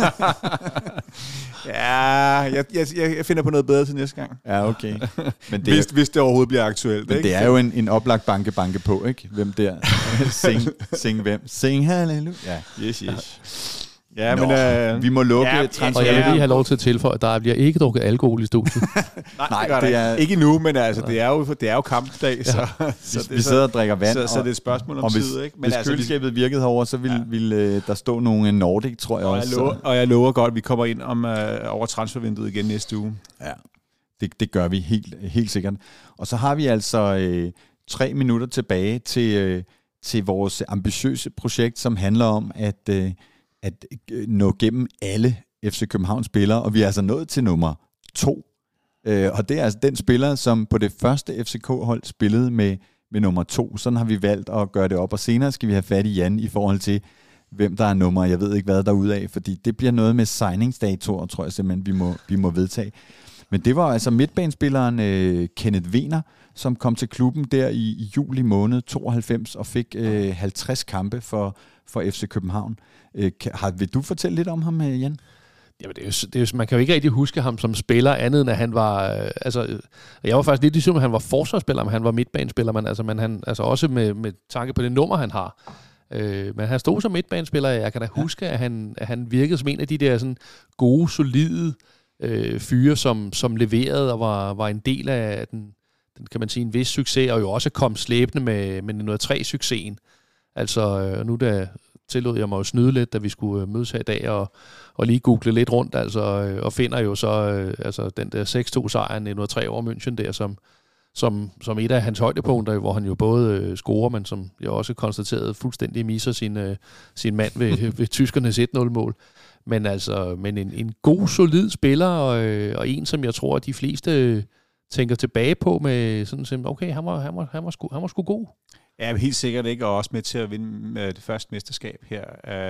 ja, jeg, jeg, jeg finder på noget bedre til næste gang. Ja, okay. Men det hvis, er, hvis det overhovedet bliver aktuelt. Men ikke? Det er jo en, en oplagt banke banke på, ikke? Hvem der? sing, sing hvem? Sing halleluja. Ja, yes, yes. Ja, Nå, men øh, vi må lukke ja, transfer. Og jeg vil lige have lov til at tilføje, at der bliver ikke drukket alkohol i studiet. Nej, Nej, det, det er ikke endnu, men altså det er jo det er jo kampdag, ja. så, så vi, vi sidder og drikker vand. Så, så det er et spørgsmål om og hvis, tid, ikke? Men hvis altså, køleskabet virkede herover, så vil, ja. vil uh, der stå nogle Nordic, tror jeg og også. Jeg lover, og jeg lover godt, at vi kommer ind om uh, over transfervinduet igen næste uge. Ja, det, det gør vi helt helt sikkert. Og så har vi altså uh, tre minutter tilbage til uh, til vores ambitiøse projekt, som handler om at uh, at nå gennem alle F C Københavns spillere, og vi er altså nået til nummer to. Øh, og det er altså den spiller, som på det første F C K-hold spillede med, med nummer to. Sådan har vi valgt at gøre det op, og senere skal vi have fat i Jan i forhold til, hvem der er nummer. Jeg ved ikke, hvad der er ud af, fordi det bliver noget med signingsdatoer, tror jeg simpelthen, vi må, vi må vedtage. Men det var altså midtbanespilleren øh, Kenneth Wener, som kom til klubben der i, i juli måned tooghalvfems og fik øh, halvtreds kampe for, for F C København. Øh, kan, har, vil du fortælle lidt om ham, Jan? Jamen, det er jo, det er jo, man kan jo ikke rigtig huske ham som spiller, andet end at han var... Øh, altså, jeg var faktisk lidt i tvivl, at han var forsvarsspiller, men han var midtbanespiller, men, altså, men han, altså også med, med tanke på det nummer, han har. Øh, men han stod som midtbanespiller, jeg kan da huske, at han, at han virkede som en af de der sådan, gode, solide øh, fyre, som, som leverede og var, var en del af den, den, kan man sige, en vis succes, og jo også kom slæbende med, med nul tre-succesen. Altså, øh, nu der tillod jeg mig jo snyde lidt, da vi skulle mødes her i dag, og, og lige google lidt rundt, altså, øh, og finder jo så øh, altså, den der seks to-sejren i nul tre over München der, som, som, som et af hans højdepunkter, hvor han jo både øh, scorer, men som jeg også konstaterede fuldstændig misser sin, øh, sin mand ved, ved tyskernes et nul-mål. Men altså, men en, en god, solid spiller, og, øh, og en, som jeg tror, at de fleste øh, tænker tilbage på med sådan, okay, han var, han var, han var, sgu, han var sgu god. Ja, helt sikkert ikke, og også med til at vinde det første mesterskab her.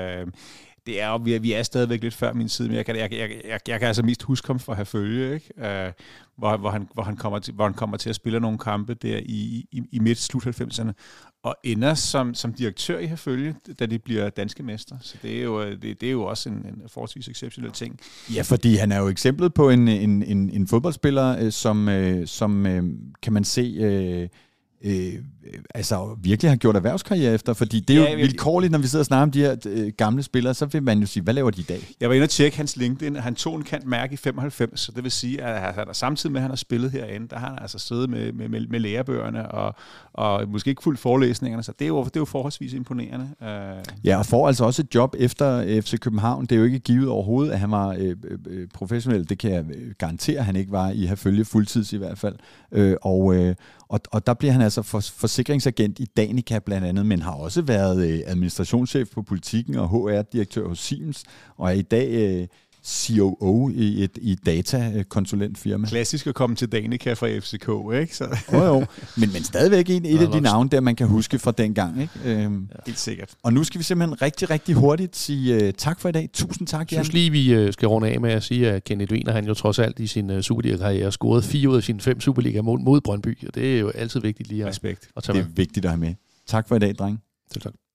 Det er jo, vi er, vi er stadigvæk lidt før min tid, men jeg kan, jeg, jeg, jeg, jeg kan altså mest huske ham for at have følge, ikke? Uh, hvor, hvor, han, hvor, han kommer til, hvor han kommer til at spille nogle kampe der i, i, i midt-slut halvfemserne, og ender som, som direktør i Herfølge, da de bliver danske mester. Så det er jo, det, det er jo også en, en forholdsvis exceptionel ting. Ja, fordi han er jo eksemplet på en, en, en, en fodboldspiller, som, som kan man se... øh, altså virkelig har gjort erhvervskarriere efter, fordi det er ja, jo vilkårligt, når vi sidder og snakker om de her øh, gamle spillere, så vil man jo sige, hvad laver de i dag? Jeg var inde og tjekke hans LinkedIn, han tog en kant mærke i femoghalvfems, så det vil sige, at han, samtidig med, at han har spillet herinde, der har han altså siddet med, med, med, med lærebøgerne, og, og måske ikke fuldt forelæsningerne, så det er jo, det er jo forholdsvis imponerende. Uh... Ja, og får altså også et job efter F C København. Det er jo ikke givet overhovedet, at han var øh, øh, professionel. Det kan jeg garantere, at han ikke var i herfølge fuldtids i hvert fald. Øh, og, øh, og, og der bliver han altså for, forsikringsagent i Danica blandt andet, men har også været øh, administrationschef på Politikken og H R-direktør hos Siemens, og er i dag øh, C O O i et i datakonsulentfirma. Klassisk at komme til Danica fra F C K, ikke? Så. Jo, jo. Men, men stadigvæk en, et af de navne, der man kan huske fra dengang. Ikke? Øhm, ja. Helt sikkert. Og nu skal vi simpelthen rigtig, rigtig hurtigt sige uh, tak for i dag. Tusind tak, Jan. Jeg synes lige, vi uh, skal runde af med at sige, at Kenneth Wiener, han jo trods alt i sin uh, Superliga-karriere scorede fire ud af sine fem Superliga-mål mod Brøndby, og det er jo altid vigtigt lige at, Respekt. at tage med. Det er vigtigt at have med. Tak for i dag, dreng. Selv tak.